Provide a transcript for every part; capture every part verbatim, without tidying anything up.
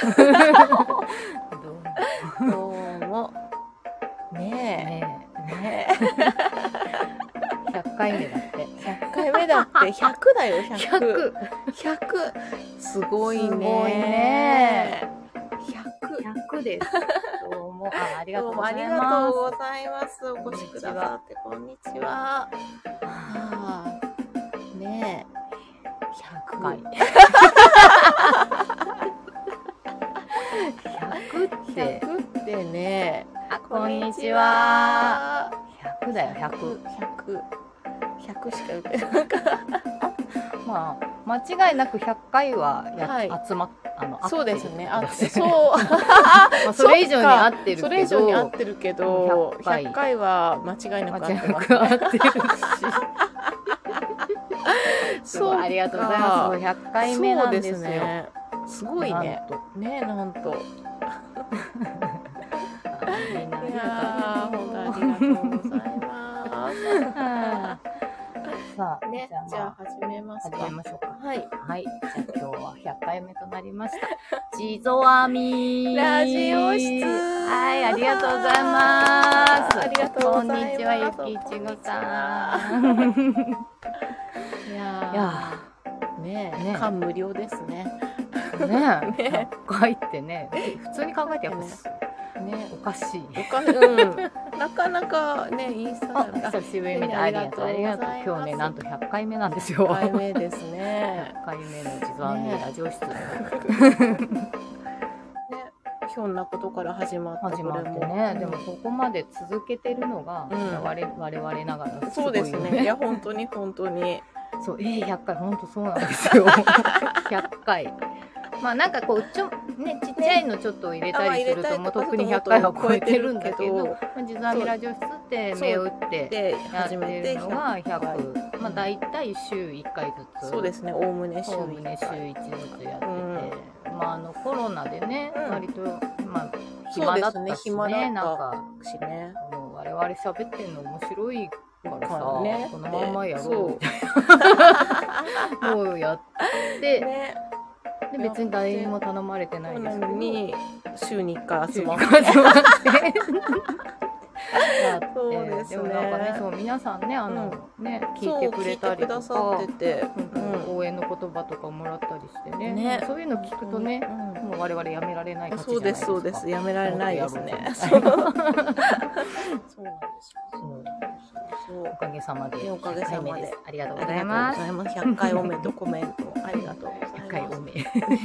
どうも。どうも。ねえ。ねえ。 ひゃっかいめだって。 ひゃっかいめだって。ひゃくだよ、ひゃく。 ひゃく。 ひゃく。すごいね。 すごいね。 ひゃく。 ひゃくです。どうも。あ、ありがとうどうもあございます。 りがとうございます。お越しくださって、こんにちは。ああ。ねえ。ひゃくかい。 ひゃくって。 ひゃくってね。 あ、こんにちは。ひゃくだよ、ひゃく。 ひゃく。ひゃくしか言ってないから。 まあ、間違いなくひゃっかいはや、 はい、 集まっあのそうですね。あ、そう。 まあそれ以上に合ってるけど。 それ以上に合ってるけど、 ひゃっかいひゃっかいは間違いなく合ってます、 ね。合ってるし。そう、ありがとうございます。ひゃっかいめなんですよ。 そうですね。すごいね。ね、なんと。 みんなありいやがとう。 ー、本当ありがとうございます。 さあ、 ね、じゃあ始めますか。 始めましょうか。 はい。 はい。じゃあ今日はひゃっかいめとなりました。地蔵編みラジオ室。 はい、ありがとうございます。 ありがとうございます。 こんにちは、ゆきいちごさん。 いやいやねえ、 ね感無量ですね。 ねえ、ひゃっかいってね、普通に考えてやっぱね、おかしい。 おか、うん、なかなかね、インスタあ、久しぶりみたい。ありがとう、ありがとう。今日ね、なんとひゃっかいめなんですよ。 ひゃっかいめですね。 ひゃっかいめの地蔵編みラジオ室。 ね、ひょんなことから始まった始まってね、でもここまで続けてるのが、我々ながらそうですね。いや、本当に本当に。 そう、えー、ひゃっかい、本当そうなんですよ。ひゃっかい。まあなんかこうちょねちっちゃいのちょっと入れたりするともう特にひゃっかいは超えてるんだけど、地蔵編みラジオ室って目を打ってやってるのがひゃく、まあ大体週いっかいずつ。 そうですね。おおむね週おおむね週いちずつやってて、まああのコロナでね割とまあ暇だったしね、なんかもう我々喋ってんの面白いからさ、このまんまやろうみたいなのをやってで別に誰にも頼まれてないですけどに週にいっかい集まってやってでもなんかね、そう皆さんねあのね聞いてくれたりとか応援の言葉とかもらったりしてね、そういうの聞くとねもう我々やめられない。 そうですそうです、やめられないですね。そうなんですよ。 おかげさまで、 おかげさまでありがとうございます。 ひゃっかいおめとコメントありがとうございます。 ひゃっかいおめ。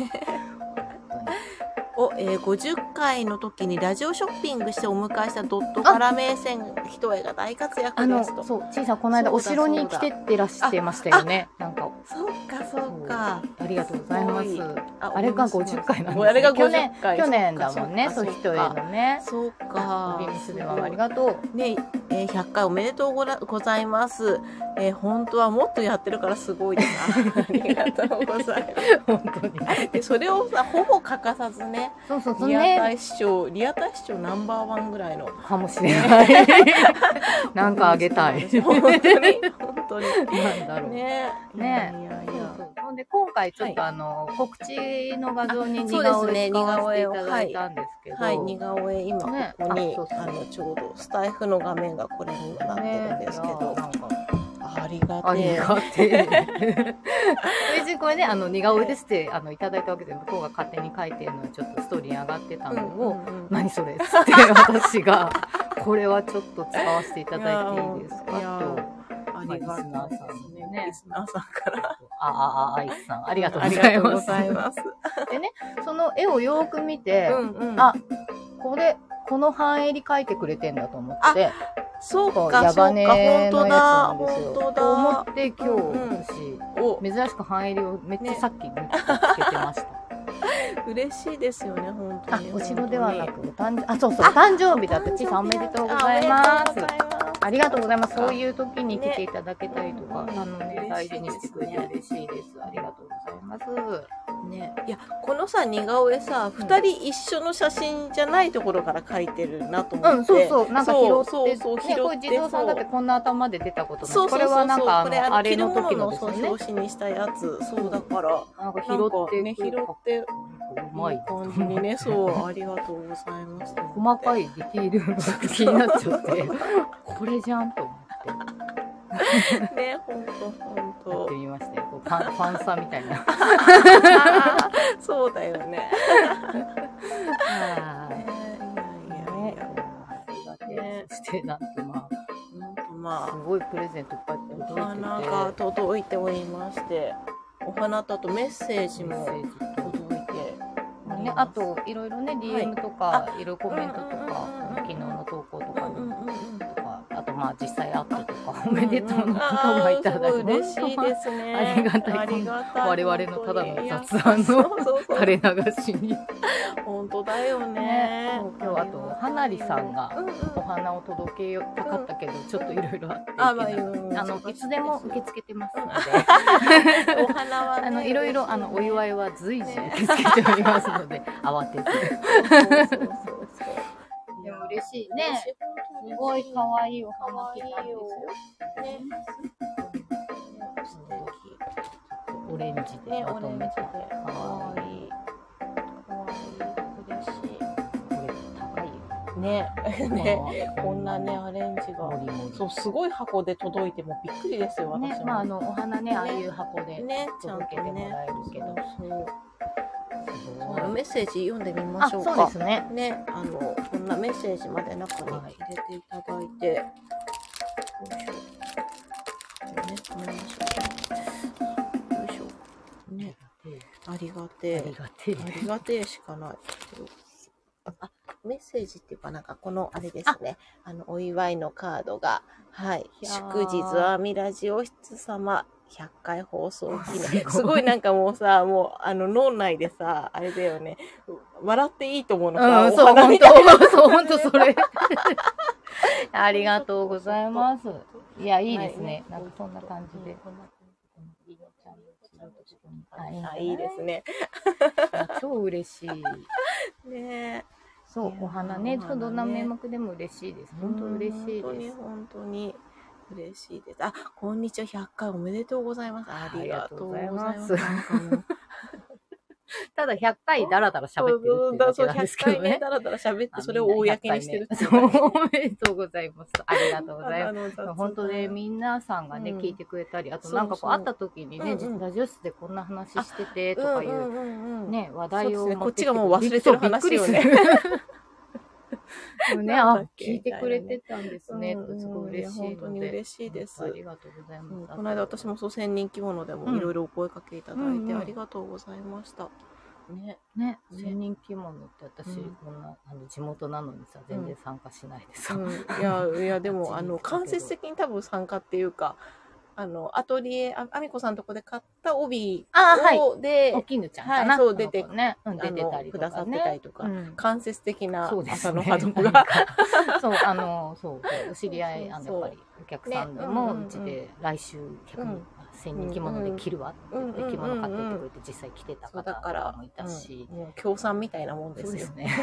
お、えー、ごじゅっかいの時にラジオショッピングしてお迎えしたドット柄名線一重が大活躍ですと。 そう、ちいさんこの間お城に来てってらしてましたよね。なんか。 そうかそうか。 ありがとうございます。あれがごじゅっかいなんです。 あれがごじゅっかい。 去年だもんね。そう一重のね。 そうか。 ビミスではありがとう。 ね、えー、ひゃっかいおめでとうございます。えー、本当はもっとやってるからすごいな。ありがとうございます。 本当に。 でそれをさほぼ欠かさずね。 そうそうそうね。リアタイ視聴リアタイ視聴ナンバーワンぐらいのかもしれない。なんかあげたい。 本当に本当に。 なんだろう。 ね。 ね。 いやいや。 ほんで今回ちょっとあの告知の画像に似顔絵使わせていただいたんですけど、 はい、似顔絵今ここにあのちょうどスタイフの画面がこれになってるんですけど、ありがてえ。 ありがてえ。別にこれね、あの似顔絵ですってあのいただいたわけで向こうが勝手に書いてるのをちょっとストーリーに上がってたのを、何それっつって私がこれはちょっと使わせていただいていいですかと。 ありがとうございますね。リスナーさんから。 ああ、あ、アイスさん。ありがとうございます。 ます。 でね、その絵をよく見て、あ、これ、この半襟描いてくれてんだと思って、 そうか、ヤバネのやつなんですよ。 と思って今日、私、珍しく半襟をめっちゃさっき見つけてました。 嬉しいですよね、本当に。 あ、お城ではなく、お誕生、あ、そうそう、お誕生日だって、ちいさんおめでとうございます。ありがとうございます。そういう時に来ていただけたりとか、あのね、大事にしてくれて嬉しいです。ありがとうございます。 ね、いや、このさ、似顔絵さ、二人一緒の写真じゃないところから描いてるなと思って。 うん、そうそう、なんか拾って、 そうそうそう、 ね、これ地蔵さんだってこんな頭で出たことない。そうそうそう、これはなんかあの、あれの時のですね。 表紙にしたやつ、そうだから、 なんか拾って、 ね、拾って。 うまい。 いい感じにね、そう、ありがとうございます。 細かいディティールが気になっちゃって、これじゃんと思って。 ね、ほんとほんと。 やってみましたよ。こうパン、パンサーみたいな。 そうだよね。 はい。 いやいやいや。 ね、そしてなんとまあ、 なんとまあ、 すごいプレゼントいっぱい届いてて。 お花が届いておりまして、お花とあとメッセージも届いて。 ね、あといろいろね ディーエム とか、いろいろコメントとか、昨日の投稿とかにとか、あとまあ実際会ってとかおめでとうの言葉もいただいて、 嬉しいですね。 ありがたい。 ありがたい。 我々のただの雑談の垂れ流しに。 本当だよね。 今日あと花火さんがお花を届けよたかったけど、ちょっといろいろあって、あのいつでも受け付けてますので、 お花はあのいろいろあのお祝いは随時受け付けておりますので、慌てず。でも嬉しいね。すごい可愛いお花来たんですよ。ね。 素敵。 オレンジでまとめて可愛い。可愛い。嬉しい。 これ高いよ。 ね。ね。こんなねアレンジが。そうすごい箱で届いてもびっくりですよ私も。 ね、まああのお花ねああいう箱で届けてもらえるけど。 そうメッセージ読んでみましょうか。 そうですね。 ね、あのこんなメッセージまで中に入れていただいて、よいしょ。ね、読みましょう。よいしょ。ね、ありがてえ。 ありがてえ。 ありがてえしかない。あ、メッセージっていうかなんかこのあれですね。あのお祝いのカードが、はい。祝日アミラジオ室様。ひゃっかい放送記念。すごいなんかもうさ、もう、あの、脳内でさ、あれだよね。笑っていいと思うのさ、 うん、そう、本当そう、本当それ。ありがとうございます。いや、いいですね。なんかそんな感じで。 あ、いいですね。 超嬉しい。 ね。 そう、お花ね、どんな名目でも嬉しいです。本当嬉しいです。 本当に、本当に。嬉しいです。あ、こんにちは。ひゃっかいおめでとうございます。ありがとうございます。 ただひゃっかいだらだら喋ってるっていうだけなんですけどね。 だらだら喋ってそれを公にしてる。 そう、おめでとうございます。ありがとうございます。本当ね、皆さんがね、聞いてくれたり、あとなんかこう会った時にね、ラジオ室でこんな話しててとかいうね、話題をこっちがもう忘れてる話よね。 ね、あ、聞いてくれてたんですね。すごい嬉しい。 本当に嬉しいです。 ありがとうございます。 この間私もそう千人規模のでもいろいろお声かけいただいてありがとうございました。ね、 ね、千人規模のって私こんなあの地元なのにさ全然参加しないでさ。 いやいやでもあの間接的に多分参加っていうか。あの、アトリエ、あ、あみこさんのとこで買った帯を、で、 おきぬちゃんかな。 そう、出て、 ね、出てたりくださってたりとか、間接的な朝の波動が。 そう、あの、そう、お知り合い、あの、やっぱりお客さんでも、うちで来週ひゃくにん、せんにん着物で着るわって言って着物買ってってくれて実際着てた方もいたし。 協賛みたいなもんですよ。 そうですね。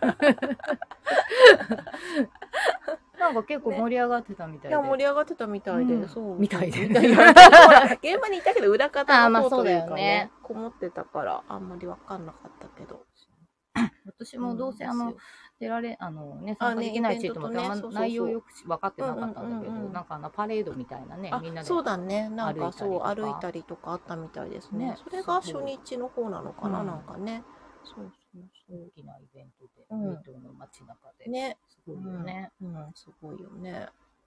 なんか結構盛り上がってたみたいで。いや、盛り上がってたみたいで、そう。 みたいで。 現場にいたけど、裏方の方というかね、こもってたから、あんまりわかんなかったけど。 私もどうせ、あの、出られ、あのね、参加できないしと思って、あんま内容よく分かってなかったんだけど、なんかあの、パレードみたいなね、みんなで。 そうだね。なんかそう、歩いたりとかあったみたいですね。それが初日の方なのかな、なんかね。そうそうそう。 大きなイベントで、水戸の街中で。 ね。 すごいよね。 うん、すごいよね。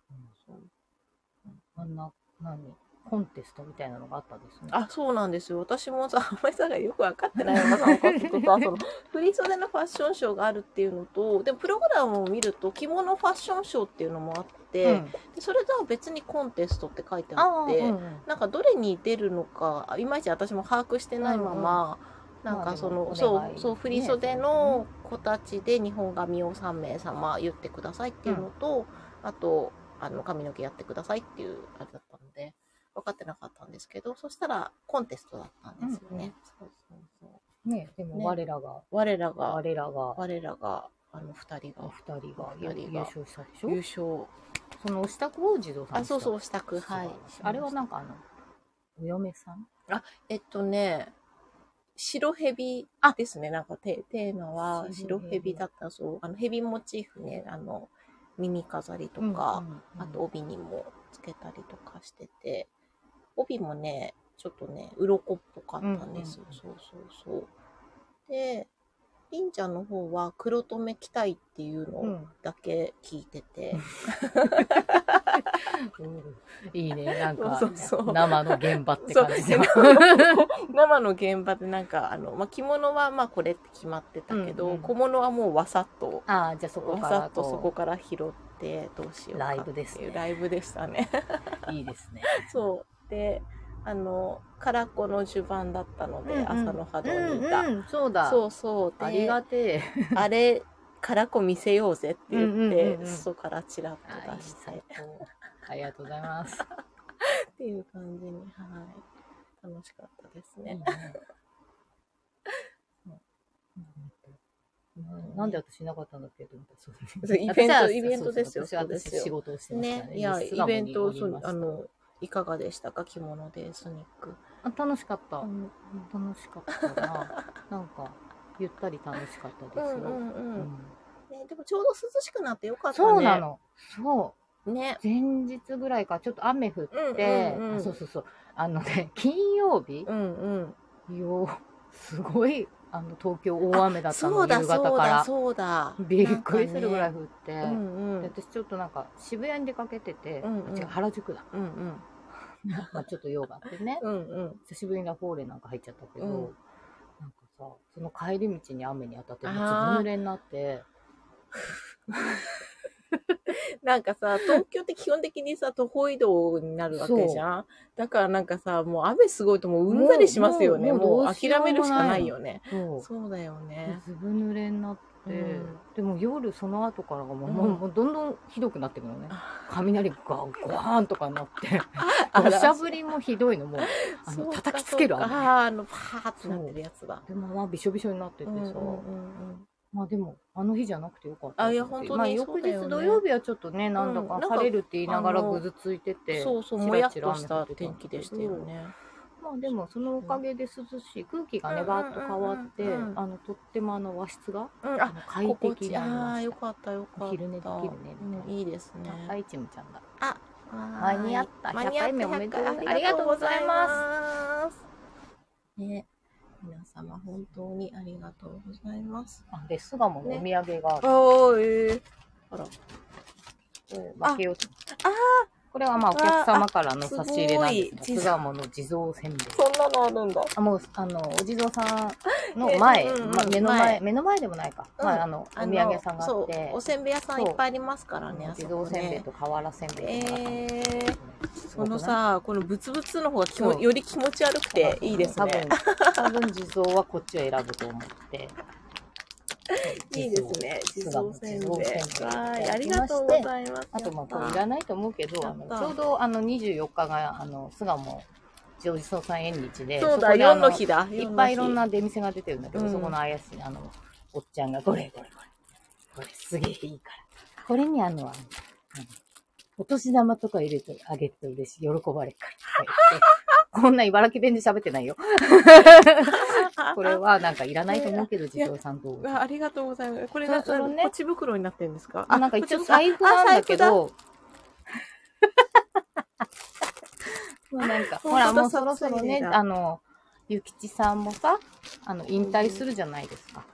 あんな、何コンテストみたいなのがあったんですね。 あ、そうなんですよ。私もさ、あんまりさがよく分かってないのか参加するとさ、その、振り袖のファッションショーがあるっていうのと、でもプログラムを見ると、着物ファッションショーっていうのもあって、うん、でそれとは別にコンテストって書いてあって、うんうん、なんかどれに出るのか、いまいち私も把握してないまま、うんうん、なんかその、そう、そう、振り袖の子たちで日本髪をさんめいさま言ってくださいっていうのと、うん、あと、あの、髪の毛やってくださいっていうあれだったので、分かってなかったんですけど、そしたらコンテストだったんですよね。そうそうそう。 ね、でも我らが、 我らが、 我らが、 我らが、あの二人が、 二人が優勝したでしょ。 優勝。 そのお支度を児童さん。 あ、そうそう、お支度、はい。 あれはなんかあの、お嫁さん？ あ、えっとね、 白蛇ですね。なんかテテーマは白蛇だったそう。あの蛇モチーフね、あの耳飾りとか、うんうんうん、あと帯にもつけたりとかしてて、帯もね、ちょっとね、鱗っぽかったんです。うんうん、そうそうそう。で、りんちゃんの方は黒留め着たいっていうのだけ聞いてて。 うん、いいね、なんかそうそうそう生の現場って感じで。 生の現場でなんか、あの、まあ、着物はまあこれって決まってたけど、うんうん、小物はもうわさっと、 あじゃあそこからわさっとそこから拾ってどうしようかっていうライブですね。ライブでしたね。 いいですね。 そう。で、あの、唐子の襦袢だったので、うんうん、朝の波動にいた、 うんうん。そうだ。 そうそう。 ありがてえ。 あれ、唐子見せようぜって言って、うんうんうんうん、外からチラッと出して。 ありがとうございます。 っていう感じに、はい。楽しかったですね。 なんで私いなかったんだっけと思った。 そうイベント、イベントですよ。 私は私仕事をしてましたね。 ねいや、イベント、そう、あの、いかがでしたか着物でスニック。 あ楽しかった。うん、楽しかったな。なんか、ゆったり楽しかったですよ。うんうんうんうんね、でもちょうど涼しくなってよかったね。そうなの。そう。 ね。 前日ぐらいからちょっと雨降って、うんうんうん、そうそうそう。あのね、金曜日、うんうん、よ、すごい、あの、東京大雨だったの、夕方から。 そうだ、 びっくりするぐらい降って、ねうんうん、で私ちょっとなんか渋谷に出かけてて、うんうん、違う、原宿だ。うんうんまあちょっと用があってね、うんうん、久しぶりにラフォーレなんか入っちゃったけど、うん、なんかさ、その帰り道に雨に当たって、ずぶ濡れになって、 なんかさ、東京って基本的にさ、徒歩移動になるわけじゃん。だからなんかさ、もう雨すごいともううんざりしますよね。もう、もうもう諦めるしかないよね。そう。そうだよね。 ずぶ濡れになって、うん、でも夜その後からがもう、うん、もうどんどんひどくなってくるのね。雷がゴワーンとかなって、土砂降りもひどいのもう、あの叩きつける雨。ああ、あのパーってなってるやつだ。 でもまあびしょびしょになっててさ。うんうんうんうんまあでも、あの日じゃなくてよかった。 あ、いや、本当に。 まあ翌日土曜日はちょっとね、なんだか晴れるって言いながらぐずついてて、 そうそう、もやっとした天気でしたよね。 まあでも、そのおかげで涼しい、空気がね、バーッと変わって、あの、とってもあの和室が、あの快適な。 あ、よかったよかった。 昼寝できるね、みたいな。 いいですね。 あ、いちむちゃんだ。 あ、 間に合った。ひゃっかいめおめでとう。ありがとうございます。 ね。皆様本当にありがとうございます。 あ、で、巣鴨のお土産がある。 ね、あー、えー、あら。これ、分けようと。ああこれはまあお客様からの差し入れなんですが、巣鴨の地蔵せんべい。 そんなのあるんだ。 あ、もう、あの、お地蔵さんの前、うんうんまあ、目の前、前、目の前でもないか。うん、まあ、あの、お土産屋さんがあって。 おせんべい屋さんいっぱいありますからね。 地蔵せんべいと瓦せんべいとか。えー、そのさ、このブツブツの方がきもより気持ち悪くていいですね。 多分、多分地蔵はこっちを選ぶと思って。 いいですね。地蔵せんべい。はい、ありがとうございます。 あと、まあ、これいらないと思うけど、あのちょうどあのにじゅうよっかが、あの、巣鴨地蔵さん縁日で、 そうだ、よんの日だ。 いっぱいいろんな出店が出てるんだけど、そこの怪しい、あの、おっちゃんが、これ、これ、これ。これ、すげえいいから。これにあの、お年玉とか入れてあげると嬉しい。喜ばれるから。こんな茨城弁で喋ってないよ。これはなんかいらないと思うけど、地蔵さんと。 ありがとうございます。これが、そのね、ポチ袋になってるんですか？ あ、なんか一応財布なんだけど、もうなんか、ほら、もうそろそろね、あの、ゆきちさんもさ、あの、引退するじゃないですか。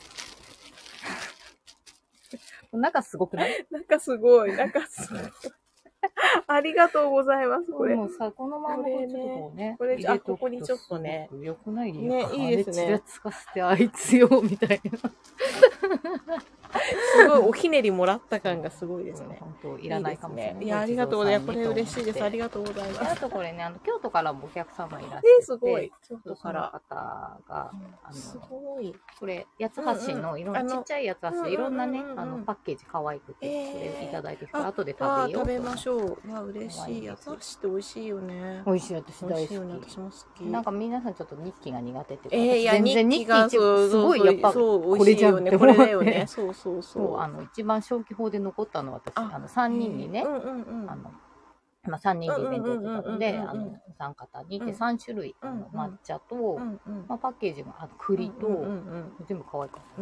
中すごくない？ 中すごい、中すごい。ありがとうございます。これ。 もうさ、このままこれね。 これ、あ、ここにちょっとね。 よくないね、いいですね。 ちらつかせてあいつよ、みたいな。 すごい、おひねりもらった感がすごいですね。 本当、いらないかもしれない。 いや、ありがとうございます。これ嬉しいです。ありがとうございます。 あとこれね、あの、京都からもお客様いらっしゃって。 え、すごい。 京都から方が、あの、 すごい。 これ、八つ橋のいろんな、ちっちゃい八つ橋でいろんなね、あの、パッケージ可愛くて、これいただいて、後で食べよう。 食べましょう。いや、嬉しい。八つ橋って美味しいよね。 美味しい、私大好き。 私も好き。 なんか皆さんちょっと日記が苦手ってえー、いや、日記がすごいやっぱ、 これじゃんね。これだよね。そうそうそう。 あの、一番消去法で残ったのは私、あの、さんにんにね、あの、 まあ、さんにんでイベントやってたので、あの、参加方にでさん種類、あの、抹茶と、まあ、パッケージが、あと栗と、全部可愛かった。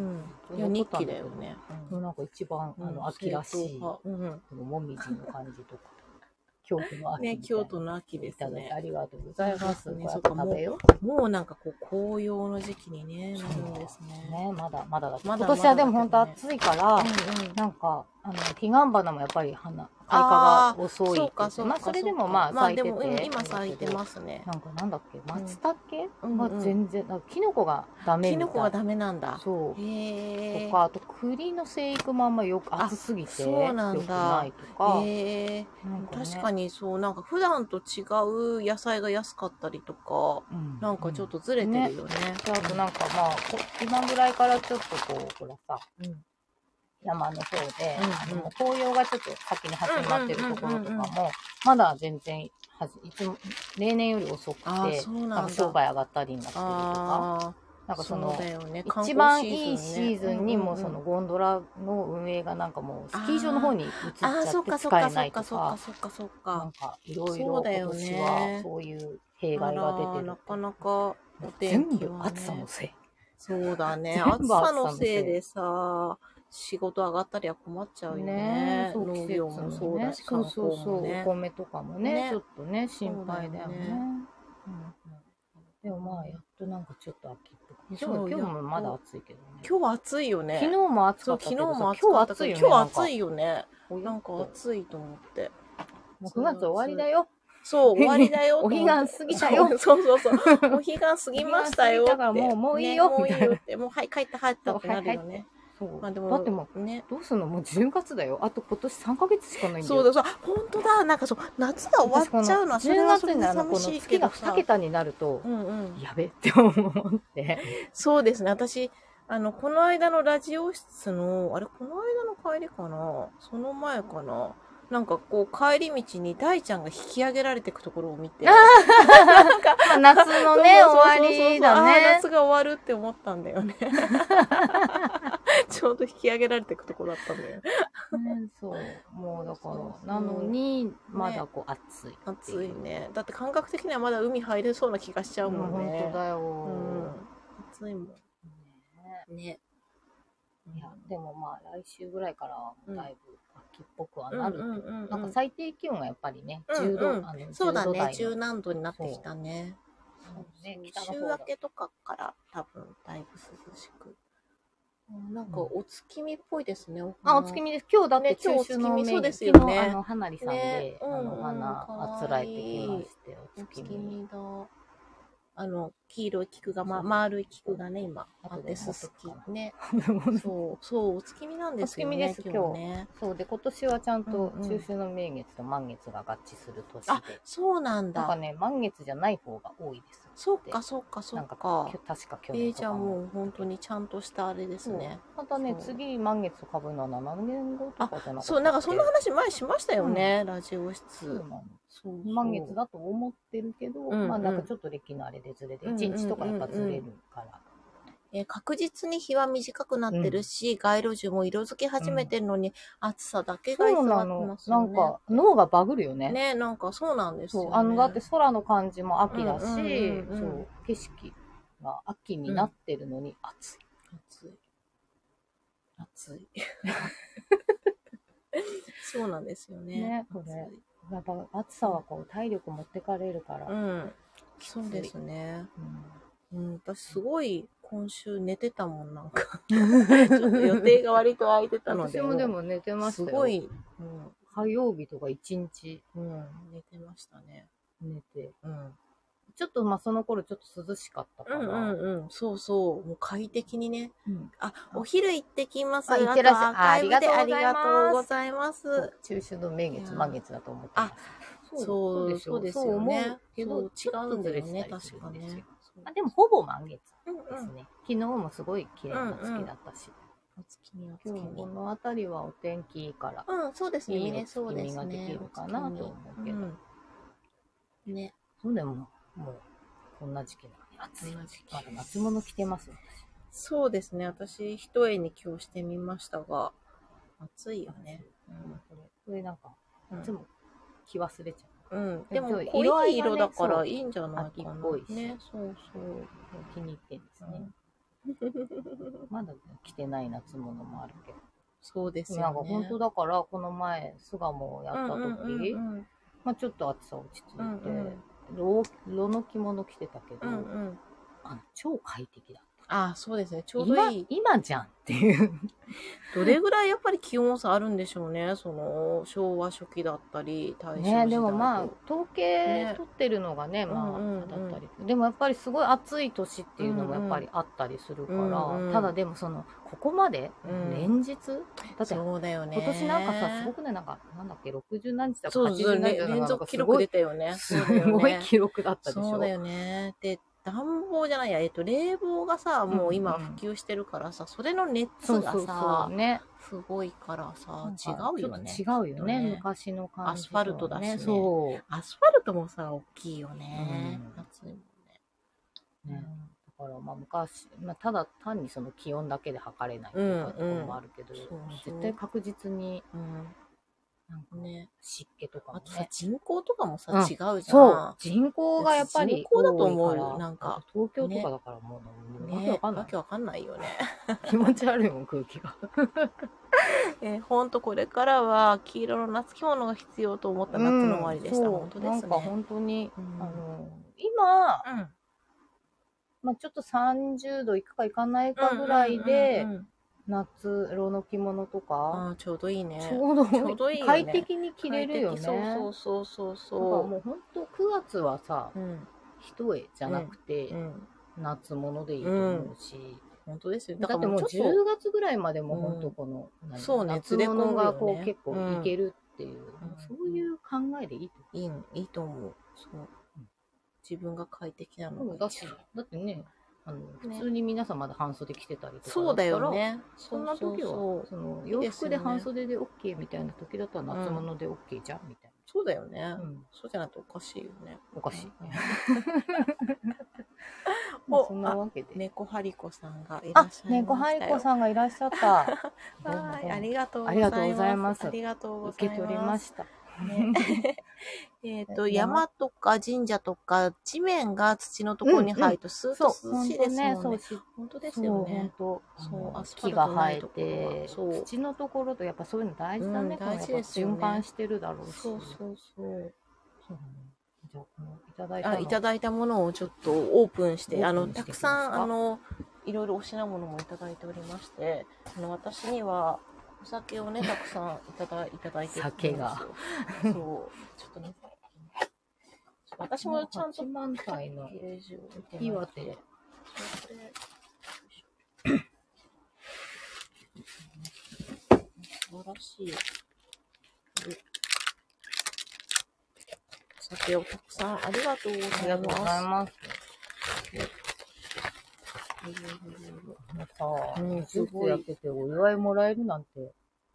いや、日記だよね。 なんか一番、あの、秋らしい、もみじの感じとか。京都の秋。 ね、京都の秋ですね。 ありがとうございます。ね、 そっか、もう、もうなんかこう、紅葉の時期にね、なるんですね。 ね、まだ、まだだ。今年はでも本当暑いから、なんか、あの、彼岸花もやっぱり花、開花が遅い。そうか、そうか。まあ、それでもまあ、咲いてて。 今咲いてますね。 なんかなんだっけ、松茸は全然、キノコがダメみたい。 キノコがダメなんだ。 そう。へとか、あと栗の生育もあんまよく暑すぎて、よくないとか。 へ確かにそう、なんか普段と違う野菜が安かったりとか、なんかちょっとずれてるよね。 あとなんかまあ、今ぐらいからちょっとこう、ほらさ、山の方で、うんうん、紅葉がちょっと先に始まってるところとかも、まだ全然はじ、いつも、例年より遅くて、なんか商売上がったりになってるとか、なんかその、ね、一番いいシーズンにもそのゴンドラの運営がなんかもうスキー場の方に移っちゃって使えないとか、なんかいろいろ今年はそういう弊害が出てる。 なかなかお天気は、ね、全部暑さのせい。 そうだね。暑さのせいでさ、仕事上がったりは困っちゃうよね。農業もそうだし、 そうそうそう、お米とかもね、ちょっとね、心配だよね。でもまあ、やっとなんかちょっと秋っぽく。今日もまだ暑いけどね。 今日は暑いよね。 昨日も暑かったけど、 昨日も暑かったけど、 今日暑いよね。なんか暑いと思って。 もうくがつ終わりだよ。 そう、終わりだよ。 お彼岸過ぎたよ。 そうそうそう。お彼岸過ぎましたよ。 だからもう、もういいよ。 もういいよって。もう、はい、帰った、帰ったってなるよね。 そう。まあでも、だってもう、ね、どうすんのもうじゅうがつだよ。あと今年さんかげつしかないんだよ。 そうだ、そう。本当だ。なんかそう、夏が終わっちゃうのは、 じゅうがつになるの、この月がにけたになると、うんうん、やべって思って。 そうですね。私、あの、この間のラジオ室の、あれ、この間の帰りかなその前かななんかこう、帰り道に大ちゃんが引き上げられていくところを見て。 なんか、まあ、夏のね、終わりだね。 夏が終わるって思ったんだよね。ちょうど引き上げられていくところだったんだよ。ね、 そう。もうだから、なのに、まだこう、暑い、ね。 暑いね。だって感覚的にはまだ海入れそうな気がしちゃうもんね。 本当だよ。 うん。暑いもん。ね。 ね。いや、でもまあ、来週ぐらいからはだいぶ秋っぽくはなる。なんか最低気温がやっぱりね、じゅうど、あの、 そうだね、じゅうなんどになってきたね。そうね、週明けとかから多分だいぶ涼しく。なんかお月見っぽいですね。 あ、お月見です。今日だって中秋の名月、 そうですよね。 あの、花火さんで、あの、お花あつらえてきまして、 お月見だ。あの、黄色い菊が、ま、丸い菊がね、今、あって、すすき。ね。そう、そう、お月見なんですよね。 お月見です、今日ね。そうで、今年はちゃんと中秋の名月と満月が合致する年で。あ、 そうなんだ。 なんかね、満月じゃない方が多いです。 そっか、そっか、そっか。 確か去年。 えー、じゃあもう本当にちゃんとしたあれですね。 またね、次満月と被るのはななねんごとかじゃなかったっけ。 そう、なんかそんな話前しましたよね、ラジオ室。 そう満月だと思ってるけど、うんうん、まあなんかちょっと歴のあれでずれて、いちにちとかやっぱずれるから。 えー、確実に日は短くなってるし、うん、街路樹も色づき始めてるのに、うん、暑さだけが居座ってますよね。 なんか脳がバグるよね。 ね、なんかそうなんですよね。 あの、だって空の感じも秋だし、そう、景色が秋になってるのに暑い。 うん、暑い。暑い。そうなんですよね。 ね、これ。やっぱ暑さはこう体力持ってかれるから。 うん。そうですね。うん。うん、私すごい今週寝てたもん、なんか。ちょっと予定が割と空いてたので。 私もでも寝てましたよ。 すごい。うん。 火曜日とか一日。 うん。寝てましたね。 寝て。 うん。 ちょっとまあその頃ちょっと涼しかったから。 うんうんうん。そうそう。もう快適にね。うん、あ、お昼行ってきます。 あ、行ってらっしゃい。 ありがとうございます。 中秋の名月、満月だと思ってます。 あ、そう、そうですよね。けど、違うんだよね、確かね。 あ、でもほぼ満月ですね。昨日もすごい綺麗な月だったし。 お月見、お月見。この辺りはお天気いいから。 うん、そうですね。見れそうですね。 ができるかなと思うけど。 ね。 そうでも、もう、こんな時期なのに暑い。まだ夏物着てますよ、 私。そうですね。私、一重に今日してみましたが、暑いよね。 うん。これ、これなんか、いつも着忘れちゃう。 うん。でも濃い色だからいいんじゃないかな。 秋っぽいし。 ね、そうそう。 気に入ってんですね。まだ着てない夏物もあるけど。 そうですよね。 なんか本当だから、この前、巣鴨やった時、まあちょっと暑さ落ち着いて、ロの着物着てたけど、うんうん、あ超快適だった。 ああ、そうですね。ちょうどいい。今、今じゃんっていう。 どれぐらいやっぱり気温差あるんでしょうね。その、昭和初期だったり、 大正時代。ね、でもまあ、統計取ってるのがね、ねまあ、うんうんうん、だったり。でもやっぱりすごい暑い年っていうのもやっぱりあったりするから、うんうん、ただでもその、ここまで、連日、うん、だって、 そうだよね。 今年なんかさ、すごくね、なんか、なんだっけ、ろくじゅう何日だかはちじゅう何日だか連続記録出たよね。 すごい記録だったでしょ。 そうだよね。で暖房じゃないや、えっと、冷房がさ、もう今普及してるからさ、うんうん、それの熱がさ、そうそうね、すごいからさ、違うよね。 違うよね、昔の感じ、 ね。アスファルトだしね。 そう。 アスファルトもさ、大きいよね。うん、暑いもんね。 ね、だからまあ昔、まあ、ただ単にその気温だけで測れないというかところもあるけど、うんうん、絶対確実に、うんなんかね、湿気とかもね。 あとさ、人口とかもさ、うん、違うじゃん。 そう。人口がやっぱり。 人口だと思うよ。なんか。 東京とかだからもう、ね、わけわかんない。 わけわかんないよね。 気持ち悪いもん、空気が。 えー、ほんとこれからは黄色の夏着物が必要と思った夏の終わりでした。うん、本当ですね。 なんか本当に、うん、あの、今、うん、まあちょっとさんじゅうどいくかいかないかぐらいで、夏、色の着物とか、 あちょうどいいね。 ちょうど、ちょうどいいよね。快適に着れるよね。 そうそうそうそう。 だからもうほんとくがつはさ、うん、一重じゃなくて、うん、夏物でいいと思うし、うん、 本当ですよ。 だってもうじゅうがつぐらいまでもほんとこの、うん、 そうね、 夏物がこう結構いけるっていう、そういう考えでいいと思う。いい、いいと思う。そう。自分が快適なのがだって、だってね、あの普通に皆さんまだ半袖着てたりとかそうだよね。 そんな時はその洋服で半袖で OK みたいな時だったら夏物で OK じゃんみたいな。 そうだよね。そうじゃないとおかしいよね。 おかしい。 そんなわけで。猫ハリコさんがいらっしゃいましたよ。 猫ハリコさんがいらっしゃった。 はい、ありがとうございます。ありがとうございます。 ありがとうございます。 受け取りました。 えっと、山とか神社とか地面が土のところに入るとスーッと涼しいですもんね。本当ですよね。 そう、木が生えて、土のところとやっぱそういうの大事だね。 大事ですよね。 循環してるだろうし。 そうそうそう。 じゃあ、このいただいたいただいたものをちょっとオープンして、あの、たくさん、あの、いろいろお品物もいただいておりまして、あの、私には、お酒をね、たくさんいただいただいてるんですよ。 酒が。 そう。ちょっとね。私もちゃんと満体の岩手。 素晴らしい。お酒をたくさんありがとうございます。ありがとうございます。 うん、すごいやっててお祝いもらえるなんて。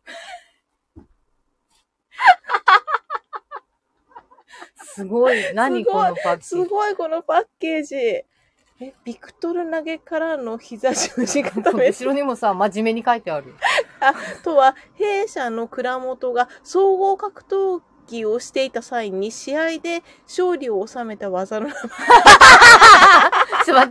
すごい。何このパッケージ。 すごいこのパッケージ。え、ビクトル投げからの膝十字固め。 後ろにもさ、真面目に書いてある。 あとは、弊社の蔵元が総合格闘技をしていた際に試合で勝利を収めた技の名前。 ちょっと待って。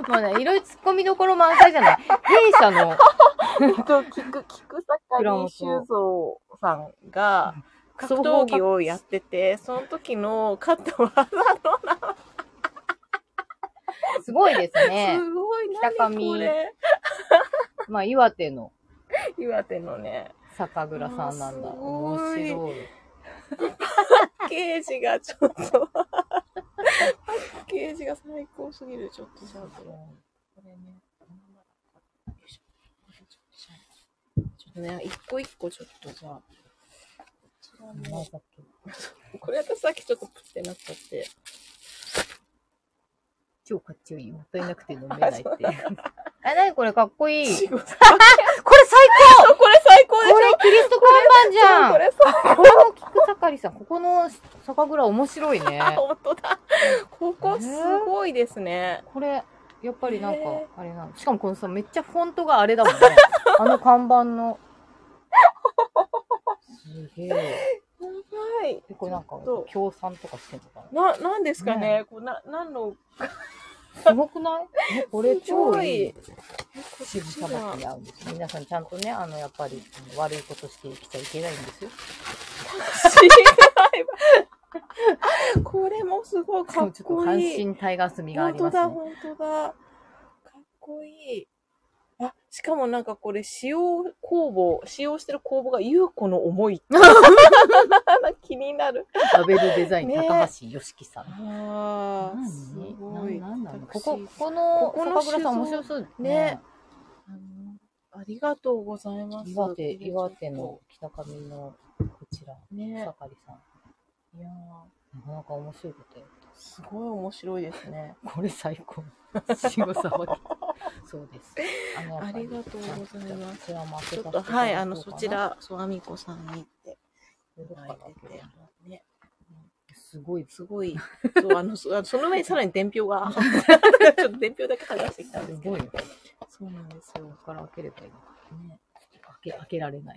もうね、いろいろ突っ込みどころ満載じゃない。弊社の。 えっと、菊、菊坂修造さんが、格闘技をやってて、その時の勝った技の名前。 すごいですね。 すごい、 北上。まあ、岩手の。 岩手のね。 酒蔵さんなんだ。面白い。 パッケージがちょっと。パッケージが最高すぎる。ちょっとじゃあ、これね。ちょっとね、一個一個ちょっとじゃあ。これ私さっきちょっとプってなっちゃって。 超かっちょいい。もったいなくて飲めないって。え、なにこれかっこいい。これ最高これ最高でしょこれキリスト看板じゃんこれ最高これも菊盛りさん。ここの酒蔵面白いね。 本当だ。ここすごいですね。 これ、やっぱりなんか、あれなの。しかもこのさ、めっちゃフォントがあれだもんね。あの看板の。すげえ。 ばい。 これなんか、協賛とかしてんのかな。 な、なんですかね。こうな、なんの。 すごくない？これ超いい。渋さばきに合うんです。皆さんちゃんとね、あの、やっぱり悪いことして生きちゃいけないんですよ。 これもすごいかっこいい。 ちょっと阪神タイガース味がありますね。 本当だ、本当だ。かっこいい。あ、しかもなんかこれ使用公募、使用してる公募が優子の思い。気になる。 ラベルデザイン、ね、高橋よしきさん。 ああ、すごい。 なんだろう。ここ、この、この酒蔵さん面白そうですね。 ありがとうございます。 岩手、岩手の北上のこちら、ね、草刈さん。いやー、なかなか面白いことやった。 すごい面白いですね。 これ最高。塩さばき。そうです。 あの、ありがとうございます。 ちょっと、はい、あの、そちら、そう、あみこさんに行って。 ね。すごい、 すごい。そう、あの、その上にさらに伝票が、ちょっと伝票だけ剥がしてきたんですけど。すごい。そうなんですよ。 ここから開ければいいのかね。開け、開けられない。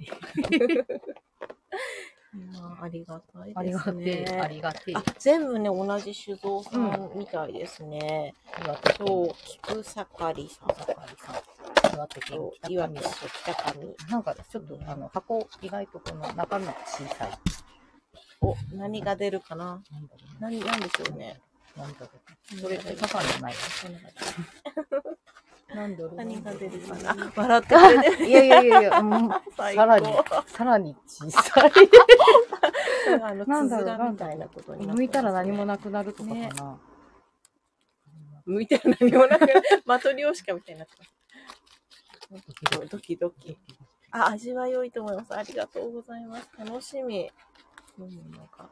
ありがたいですね。 ありがてえ。ありがてえ。 全部ね、同じ酒造さんみたいですね。そう、菊盛りさん。 岩手県岩手市北上。 なんかちょっとあの箱意外とこの中身が小さい。 お、何が出るかな。何、なんでしょうね。 なんだろう。それ、カカンじゃないよ。 なんだろう。何が出るかな。笑ってくれてる。 いやいやいやいや、さらに、さらに小さい。 あの、なんだろう、みたいなことに。 剥いたら何もなくなるとかかな。 剥いたら何もなくなる。マトリョーシカみたいになってます。ドキドキ。あ、味は良いと思います。ありがとうございます。楽しみ。飲むのが。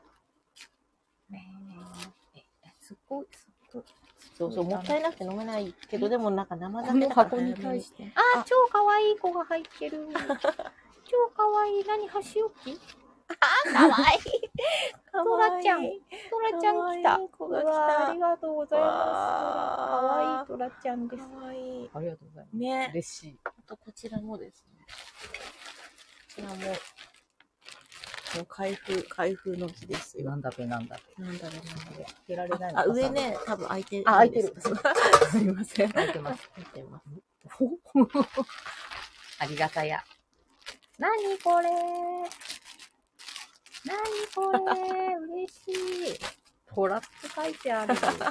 すっごい、すっごい。そうそう、もったいなくて飲めないけど、でもなんか生酒の箱に対して。あ、超可愛い子が入ってる。超可愛い。何、箸置き？ あ、かわいい。 トラちゃん。トラちゃん来た。 子が来た。 ありがとうございます。かわいいトラちゃんです。 かわいい。 ありがとうございます。 ね。 嬉しい。 あと、こちらもですね。こちらも、もう開封、開封の日ですよ。 なんだべ、なんだべ。 なんだべ、なんだべ。 開けられないあ、上ね、多分開いてる。 あ、開いてる。 すみません。 開いてます。 開いてます。 ありがたや。なにこれなにこれ嬉しい。トラって書いてある。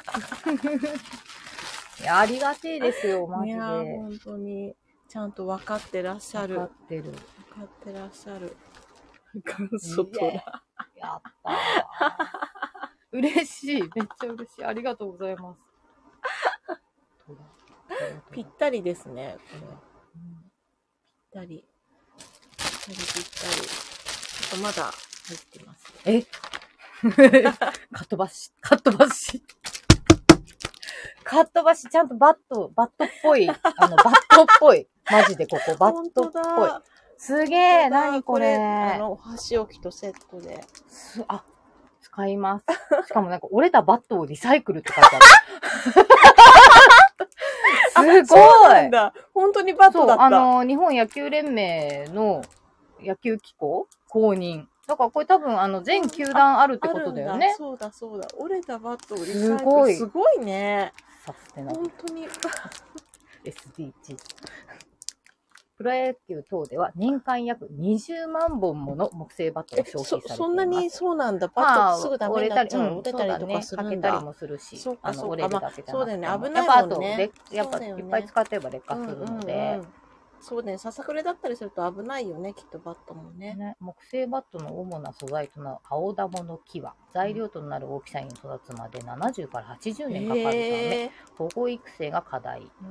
いや、ありがてえですよ、マジで。いや、 本当に。ちゃんと分かってらっしゃる。 分かってる。分かってらっしゃる。元祖トラ。 やったー。嬉しい。めっちゃ嬉しい。ありがとうございます。 ぴったりですね、これ。ぴったり。ぴったりぴったり。ちょっとまだ入ってます。 えかっ飛ばし、かっ飛ばし。かっ飛ばし、ちゃんとバット、バットっぽい。あの、バットっぽい。マジでここ、バットっぽい。すげえ、なにこれ。 あの、お箸置きとセットで。 す、あ、使います。しかもなんか折れたバットをリサイクルって書いてある。すごい。 そうなんだ。本当にバットだった。 そう、あの、日本野球連盟の野球機構公認。だからこれ多分あの全球団あるってことだよね。 そうだそうだ。折れたバットをリサイクル。すごい。すごいね。 サステナブル。 本当に。 エスディージー。プロ野球等では年間約にじゅうまんぼんもの木製バットが消費されています。 そ, そんなにそうなんだ。バットすぐダメになっちゃうの、折れたりとかするんだ。 欠けたりもするし、 そうかそうか、 折れるだけじゃなくても、 そうだよね、危ないもんね。 やっぱいっぱい使ってれば劣化するので、 そうね、ささくれだったりすると危ないよね、きっとバットもね。 ね、木製バットの主な素材となる青ダモの木は材料となる大きさに育つまでななじゅうからはちじゅうねんかかるため、保護育成が課題、うんうん、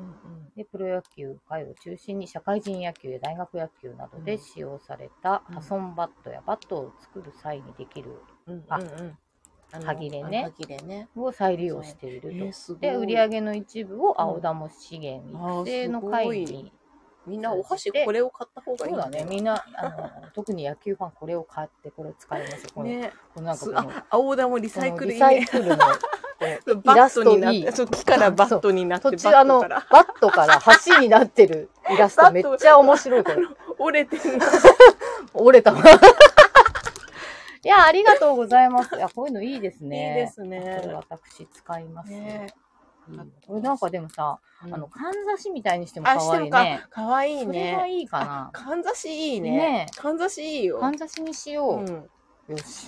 でプロ野球界を中心に社会人野球や大学野球などで使用された破損バットやバットを作る際にできる、うんうんうん歯切れね、 ねを再利用していると。えー、で売上の一部を青ダモ資源育成の会に、 みんなお箸これを買った方がいい。 そうだね。みんな、あの、特に野球ファンこれを買ってこれ使いますよ。この、 ね、 このなんかこの青玉リサイクルリサイクルのイラストになって、そっちからバットになって、 途中あの、バットから箸になってるイラストめっちゃ面白いこれ。 折れてる。 折れた。 いや、ありがとうございます。いや、こういうのいいですね。 いいですね。 これ私使います。 ね、 これなんかでもさ、うん、あの、かんざしみたいにしても可愛いね。 かわいいね。 それがいいかな。 かんざしいいね。ね、かんざしいいよ。 かんざしにしよう。うん、よし。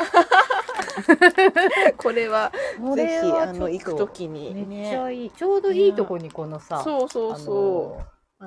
これは、ぜひ、あの、行くときに。 めっちゃいい。ちょうどいいとこにこのさ、 そうそうそう。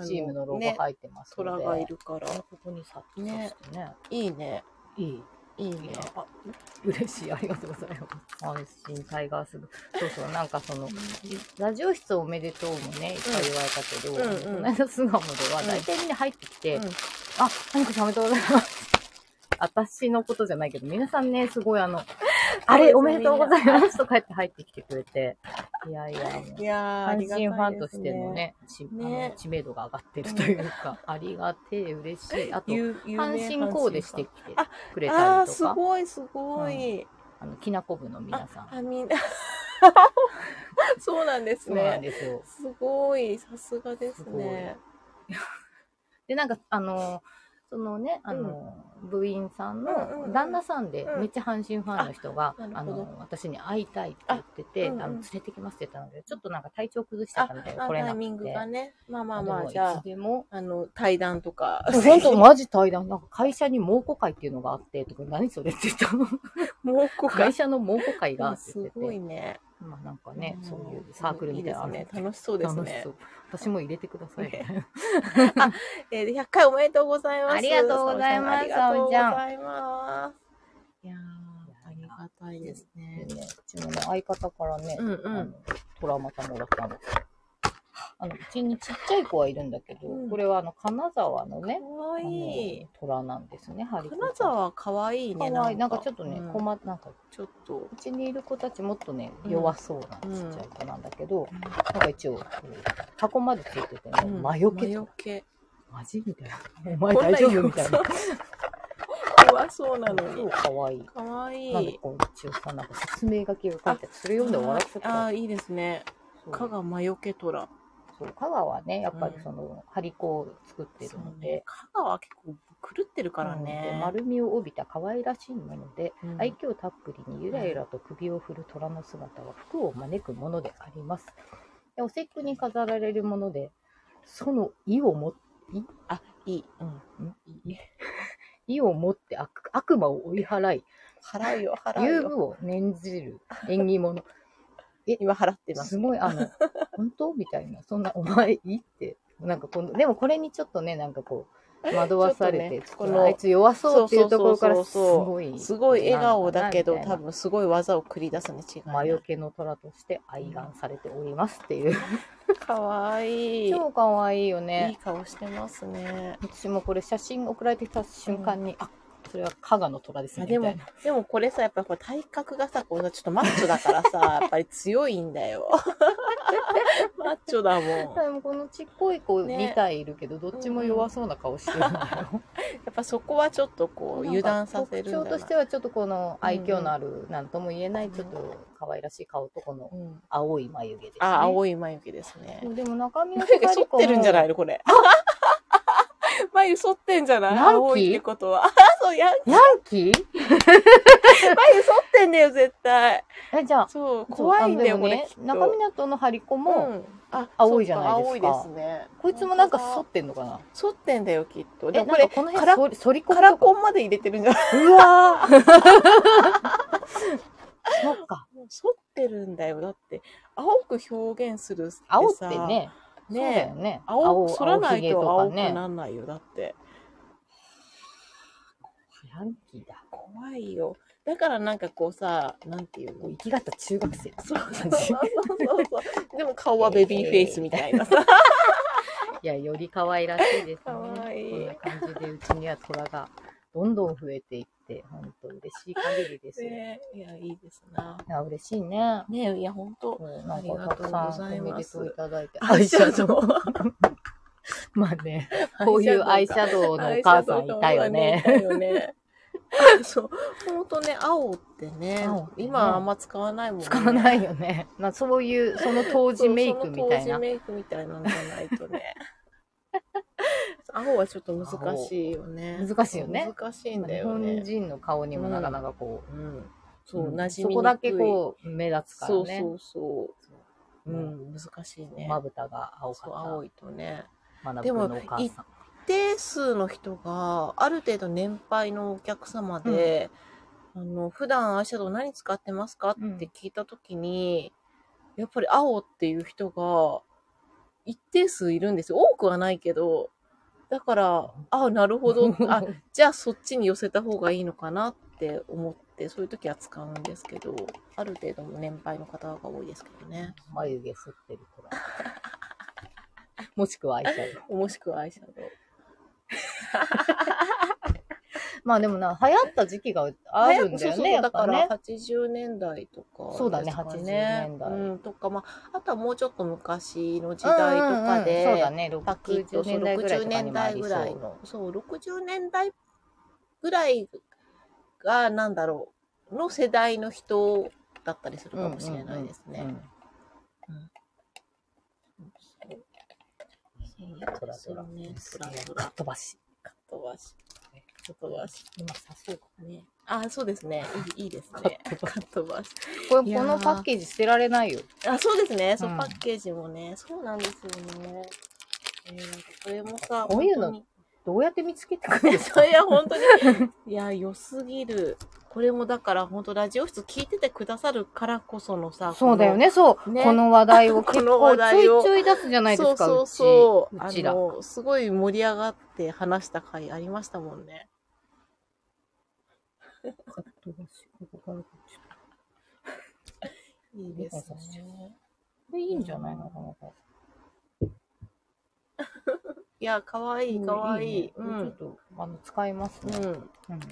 チームのロゴ入ってますので。 虎がいるから。 ここにさ、ね。 いいね。 いい。いいね。あ、嬉しい。ありがとうございます。安心タイガース部。そうそう、なんかその、ラジオ室おめでとうもね、いっぱい言われたけど、この間巣鴨では大体みんな入ってきて、あ、何かおめでとうございます。私のことじゃないけど、皆さんね、すごいあの、あれ、おめでとうございますとか言って入ってきてくれて、いやいや、 いや阪神ファンとしてのね、知名度が上がってるというか、ありがてえ、嬉しい。あと、阪神コーデしてきてくれたりとか。 あ、すごい、すごい。 あの、きなこ部の皆さん。 あ、みんな。そうなんですね。 そうなんですよ。 すごい、さすがですね。 で、なんか、あの、そのね、あの、部員さんの旦那さんで、めっちゃ阪神ファンの人が、あの、私に会いたいって言ってて、あの、連れてきますって言ったので、ちょっとなんか体調崩しちゃったみたいな、これなタイミングがね。まあまあまあ、 じゃあ、でも、 あの、対談とか。 本当マジ対談。なんか会社に猛虎会っていうのがあって、とか、何それって言ったの。 猛虎会社の猛虎会があって。 すごいね。 まあなんかね、そういうサークルみたいなのね。楽しそうですね。 私も入れてください。 あ、えー、ひゃっかいおめでとうございます。 ありがとうございます。 ありがとうございます。いやー、ありがたいですね。 うちのね、相方からね、トラまたもらったんですよ。あの、うちにちっちゃい子はいるんだけど、うん、これはあの、金沢のね、 かわいい虎なんですね、ハリコちゃん。 金沢かわいいね。 かわいい。なんかちょっとね、こま、なんか、 ちょっと。 うちにいる子たちもっとね、弱そうなちっちゃい子なんだけど、なんか一応、箱までついててね、魔除け。 魔除け。 マジみたいな。お前大丈夫みたいな。 弱そうなのに。 かわいい。 かわいい。 なんでこう一応さ、なんか説明書きが書いてあって、それ読んで笑っちゃった。 ああ、いいですね。加賀魔除け虎。 香川はね、やっぱりその、張り子を作ってるので。 香川は結構狂ってるからね。 丸みを帯びた可愛らしいもので、愛嬌たっぷりにゆらゆらと首を振る虎の姿は福を招くものであります。お節句に飾られるもので、その意をも、 いあ、いい。うん。 いい。意をもって悪、悪魔を追い払い、 払うよ、払うよ。 遊具を念じる縁起物。 え、今払ってます。 すごい、あの、本当みたいな。そんな、お前いいって。なんかこの、でもこれにちょっとね、なんかこう、惑わされて、ね、このあいつ弱そうっていうところからすごい。 すごい笑顔だけど、多分すごい技を繰り出すに違いない。 魔除けの虎として愛玩されておりますっていう。 かわいい。 超かわいいよね。 いい顔してますね。 私もこれ写真送られてきた瞬間に、うん、あ、それは加賀の虎ですね。 でも、でもこれさ、やっぱり体格がさ、こうちょっとマッチョだからさ、やっぱり強いんだよ。マッチョだもん。 でもこのちっこい子にたいいるけど、ね、どっちも弱そうな顔してるんだよ。やっぱそこはちょっとこう油断させるんだな。 特徴としてはちょっとこの愛嬌のある、なんとも言えないちょっと可愛らしい顔とこの青い眉毛ですね。 あ、青い眉毛ですね。 でも中身の眉毛剃ってるんじゃないのこれ。眉剃ってんじゃない青いってことは。そう、ヤンキー。 ヤンキー眉剃ってんだよ、絶対。 え、じゃあ、 そう、怖いんだよ、これ。 中港の張り子も、青いじゃないですか。 青いですね。 こいつもなんか剃ってんのかな剃ってんだよ、きっと。 でもこれ、この辺、 反り込み。カラコンまで入れてるんじゃない？ うわー。そっか。 剃ってるんだよ。だって、青く表現するってさ。 青ってね。ねえ、ね、 青、反らないと青くなんないよ、だって。 ヤンキーだ。 怖いよ。だからなんかこうさ、なんていうの？ 生きがった中学生。 そうそうそうそう。でも顔はベビーフェイスみたいなさ。 いや、より可愛らしいですね。 可愛い。 こんな感じでうちには虎がどんどん増えていって、本当嬉しい限りですよ。 ね、いや、いいですな。 いや、嬉しいね。 ね、いや、本当。 なんかたくさんおめでとういただいて。 アイシャドウ。 まあね、こういうアイシャドウのお母さんいたよね。 いたよね。そう、本当ね、青ってね、今あんま使わないもんね。 使わないよね。なそういう、その当時メイクみたいな。 当時メイクみたいなのじゃないとね。 青はちょっと難しいよね。 難しいよね。 難しいんだよね。 日本人の顔にもなかなかこう、 うんうん、そう、 うん、 馴染みにくい。 そこだけこう、目立つからね。 そうそうそう。うん、難しいね。 まぶたが青かった。 青いとね。 でも、一定数の人が、ある程度年配のお客様で、うん、あの、普段アイシャドウ何使ってますかって聞いたときに、うん、やっぱり青っていう人が、一定数いるんですよ。多くはないけど、だから、あ、なるほど。あ、じゃあそっちに寄せた方がいいのかなって思って、そういう時は使うんですけど、ある程度の年配の方が多いですけどね。 眉毛剃ってる子だ。もしくはアイシャドウ。 もしくはアイシャドウ。 まあでもな、流行った時期があるんだよね。そうそうそう、 だからはちじゅうねんだいとか、ね。 そうだね、はちじゅうねんだい。 うん、とか、まあ、あとはもうちょっと昔の時代とかで、 うんうんうん、そうだね、ろくじゅうねんだいぐらいとかにもありそう。ろくじゅうねんだいぐらいの、 そう、ろくじゅうねんだいぐらいが、なんだろう、の世代の人だったりするかもしれないですね。 トラトラ。かっ飛ばし。 かっ飛ばし。かっ飛ばし。 今刺そうかね。あ、そうですね。いい、いいですね。かっ飛ばし。 これ、このパッケージ捨てられないよ。 あ、そうですね。そう、パッケージもね。そうなんですよね。えー、なんかこれもさ、 こういうの、どうやって見つけてくるんですか？ いや、本当に。いや、良すぎる。これもだから、本当ラジオ室聞いててくださるからこそのさ、 そうだよね、そう。ね、この話題を結構ちょいちょい出すじゃないですか。 そうそうそう。 うちら。 あの、すごい盛り上がって話した回ありましたもんね。 カットバシ、ここからこっち。 いいですね。 これいいんじゃないのかな。 いや、かわいい、かわいい。 いいね、うん。ちょっと、あの、使いますね。うん。うん、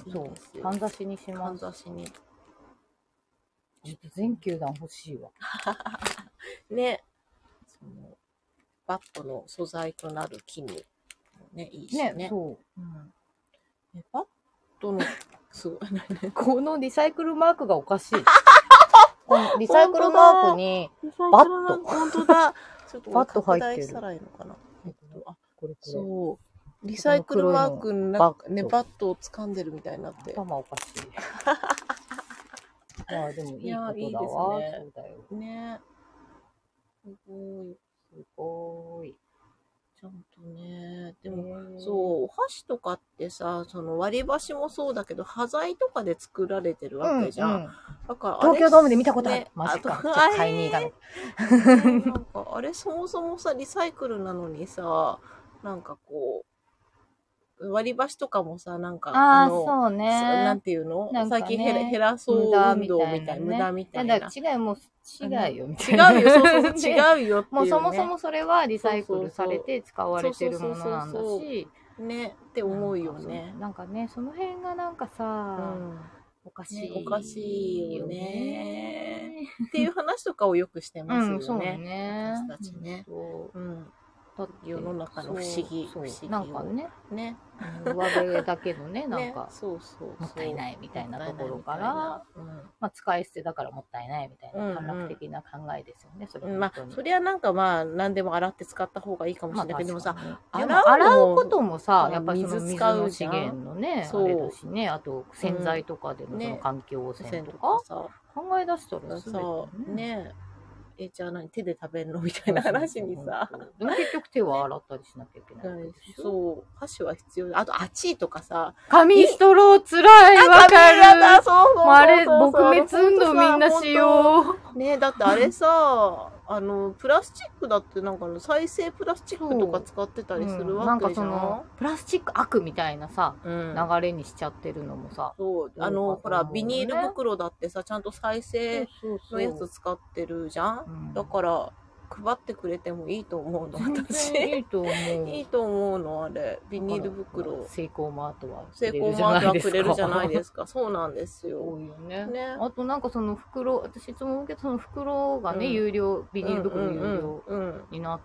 そう。かんざしにします。 かんざしに。 ちょっと全球団欲しいわ。 ね。その、バットの素材となる絹。ね、いいしね。 ね、そう。うん。 ね、バットの、すごいね。 このリサイクルマークがおかしい。このリサイクルマークに、バット。 本当だ。ちょっとバット入ってる。 したらいいのかな。 あ、これこれ。 そう。リサイクルマークの中ね、バットを掴んでるみたいになって。 頭おかしい。まあでもいいことだわ。 ね、 そうだよ。 ね。すごい。 すごい。 ちゃんとね。でも、そう、お箸とかってさ、その割り箸もそうだけど、端材とかで作られてるわけじゃん。うんうん、だから東京ドームで見たことある。ね、マジか。買いに行かない。 なんか、あれそもそもさ、リサイクルなのにさ、なんかこう、割り箸とかもさ、なんか、 ああ、そうね。 なんていうの、ね、最近減らそう運動みたいな、無駄みたいな。 だから違う、もう違うよ、みたいな。 違うよ、そうそうそう、違うよっていう、ね。 もうそもそもそれはリサイクルされて使われてるものなんだし。 ね、って思うよね。 なんかね、その辺がなんかさ、うん、おかしい、 ね。おかしいよね。っていう話とかをよくしてますよね。うん、 そうね。 私たちね。うん。世の中の不思議、不思議なんかね、 ね、 上辺だけのね、なんか、 そうそうもったいないみたいなところから、まあ使い捨てだからもったいないみたいな短絡的な考えですよね。それまあそりゃなんかまあ何でも洗って使った方がいいかもしれないけど、でもさ、 洗うこともさ、やっぱりその水の資源のね、あれだしね、あと洗剤とかでのその環境汚染とか考え出したらさ、 ね。え、じゃあ何手で食べるのみたいな話にさ。 でも結局手は洗ったりしなきゃいけない。 そう。箸は必要。あと、あちとかさ。 紙ストローつらいわかる。そうあれ、撲滅運動みんなしよう。ねだってあれさ、あの、プラスチックだってなんかの再生プラスチックとか使ってたりするわけじゃん。なんかその、 プラスチック悪みたいなさ、流れにしちゃってるのもさ。 そう。あの、ほら、ビニール袋だってさ、ちゃんと再生のやつ使ってるじゃん。だから、配ってくれてもいいと思うの、私。 いいと思う。 いいと思うの、あれ。ビニール袋。 セイコーマートはセイコーマートはくれるじゃないですか。そうなんですよ。 多いよね。ね。あとなんかその袋、私いつも思うけど、その袋がね、有料、ビニール袋有料になって、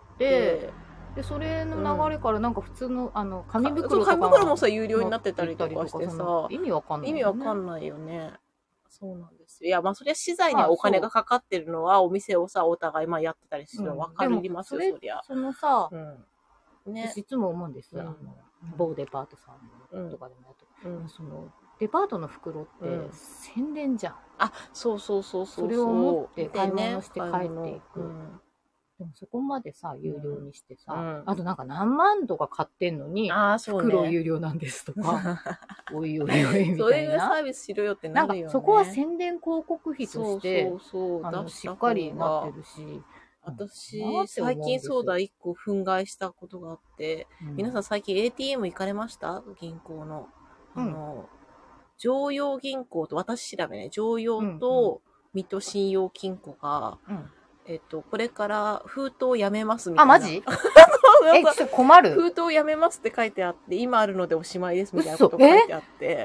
で、それの流れからなんか普通の、あの、紙袋とか。 紙袋もさ、有料になってたりとかしてさ。 意味わかんない。 意味わかんないよね。そうなんですよ。いや、まあ、そりゃ資材にはお金がかかってるのは、お店をさ、お互いまあやってたりするの分かりますよ、そりゃ。 そのさ、 ね。 私いつも思うんです。 うん、 あの某デパートさんとかでもやと、うん、そのデパートの袋って宣伝じゃん。うん、 あ、そうそうそうそう。 それを持って買い物して帰っていく。ね、うん、でもそこまでさ、有料にしてさ、うん、あとなんか何万とか買ってんのに、あ、そうね、袋有料なんですとか、おいおいおいみたいな。 そういうサービスしろよってなるよね。 なんかそこは宣伝広告費として、そうそうそう、あのしっかりなってるし、 私、最近そうだ、一個憤慨したことがあって、うん、皆さん最近 エーティーエム 行かれました？銀行の。あの、うん、常陽銀行と、私調べね、常陽と水戸信用金庫が、うん、えっと、これから封筒をやめますみたいな。 あ、マジえ、ちょっと困る。 封筒をやめますって書いてあって、今あるのでおしまいですみたいなことが書いてあって、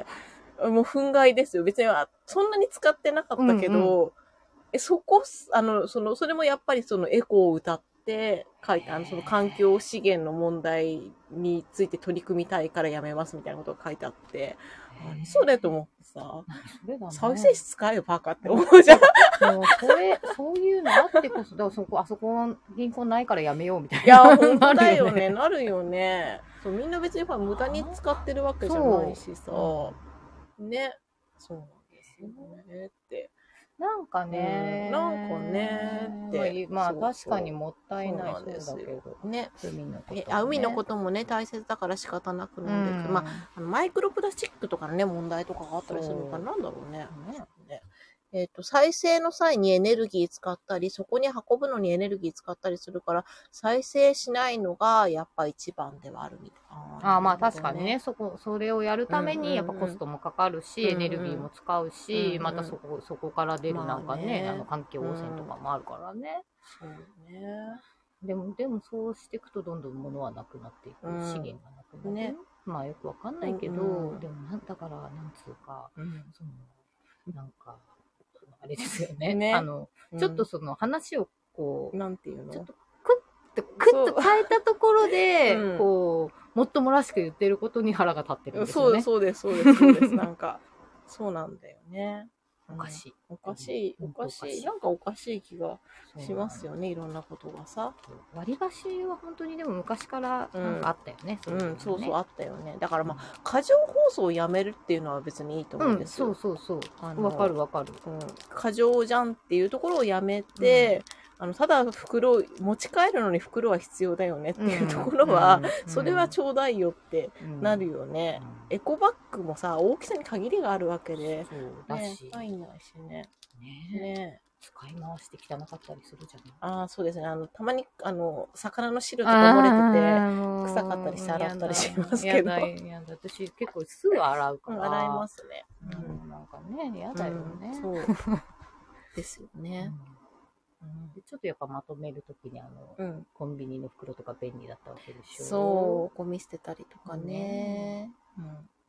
もう憤慨ですよ。別にそんなに使ってなかったけど、うんうん、え、そこ、あの、その、それもやっぱりそのエコを歌って書いて、あの、その環境資源の問題について取り組みたいからやめますみたいなことが書いてあって、それと思ってさ、再生紙使えよバカって思うじゃん。 もう、それ、そういうのあってこそ、だからそこ、あそこ銀行ないからやめようみたいな。 いや、本当だよね。なるよね。そう、みんな別に無駄に使ってるわけじゃないしさ、ね。そうなんですよねって。 なんかね、 うん、なんかねって。 まあ、まあ、確かにもったいないそうだけど。 ね。 海のこと、ね、 あ、海のこともね、大切だから仕方なく飲んでるけど、まあ、あのマイクロプラスチックとかのね、問題とかがあったりするのかな、なんだろうね。ねねえっと、再生の際にエネルギー使ったり、そこに運ぶのにエネルギー使ったりするから、再生しないのがやっぱ一番ではあるみたいな。ああ、まあ確かにね、そこ、それをやるためにやっぱコストもかかるし、うんうん、エネルギーも使うし、うんうん、またそこ、そこから出るなんかね、まあ、ねあの環境汚染とかもあるからね。 うん、そうね。 でも、でもそうしていくとどんどん物はなくなっていく。うん、資源がなくなって、ね、まあよくわかんないけど、うんうん、でもなんだから、なんつうか、うん、その、なんか、あれですよね。ねあの、うん、ちょっとその話をこう、 なんていうのちょっとクッと、クッと変えたところで、うん、こう、もっともらしく言ってることに腹が立ってるんですよね。 そうです、そうです、そうです。なんか、そうなんだよね。 おかしい。 おかしい、おかしい。なんかおかしい気がしますよね、いろんなことがさ。 割り箸は本当にでも昔からなんかあったよね。 うん、そうそうそう、あったよね。だからまあ、過剰放送をやめるっていうのは別にいいと思うんですよ。 うん、そうそうそう。わかるわかる。 うん。過剰じゃんっていうところをやめて、うん、あの、ただ袋、持ち帰るのに袋は必要だよねっていうところは、うん、それはちょうだいよってなるよね。うんエコバッグもさ、大きさに限りがあるわけで。 そうだし。 ね、入んないしね。 ねね使い回して汚かったりするじゃない。 ああ、そうですね。あの、たまに、あの、魚の汁とか漏れてて、臭かったりして洗ったりしますけど。 やだ、やだ。私結構すぐ洗うから。 うん、洗いますね。 うん、なんかね、やだよね。 そう。ですよね。 うん、でちょっとやっぱまとめるときにあの、うん、コンビニの袋とか便利だったわけでしょ。 そう、ゴミ捨てたりとかね。うん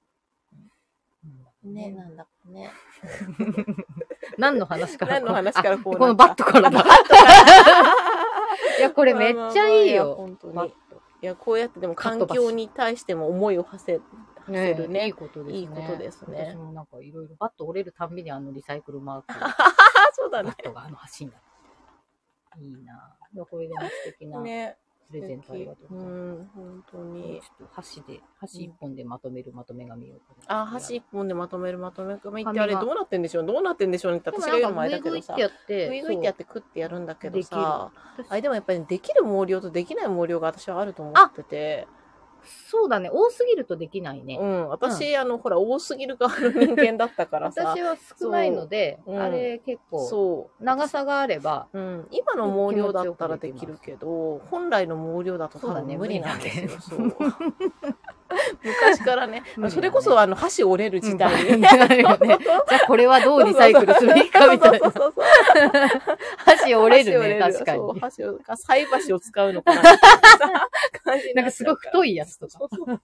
うん、ね、なんだかね。 何の話から何の話からこうこのバットからだ。いや、これめっちゃいいよ。 本当に。いや、こうやってでも環境に対しても思いを馳せ、馳せるね。 いいことですね。 いいことですね。 私もなんかいろいろバット折れるたんびにあのリサイクルマーク。 そうだね。 バットがあの橋になる。いいなぁ。これでも素敵なプレゼントありがとうございます。うん、 本当に。 ちょっと箸で、箸一本でまとめるまとめ紙を。 あ、箸一本でまとめるまとめ紙ってあれどうなってんでしょうどうなってんでしょうねって私が言う前だけどさ。グイグイってやって。グイグイってやってクッてやるんだけどさ。あれでもやっぱりできる毛量とできない毛量が私はあると思ってて。 そうだね。多すぎるとできないね。 うん。私、うん、あの、ほら、多すぎる側の人間だったからさ。 私は少ないので、うん、あれ結構、そう。長さがあれば。 うん。今の毛量だったらできるけど、本来の毛量だと多分無理なんですよ。そう。昔からね。ねそれこそ、あの、箸折れる時代に。 じゃあ、これはどうリサイクルするかみたいな。箸折れるね、確かに。そう、 箸を、菜箸を使うのかな。 なんかすごい太いやつとか。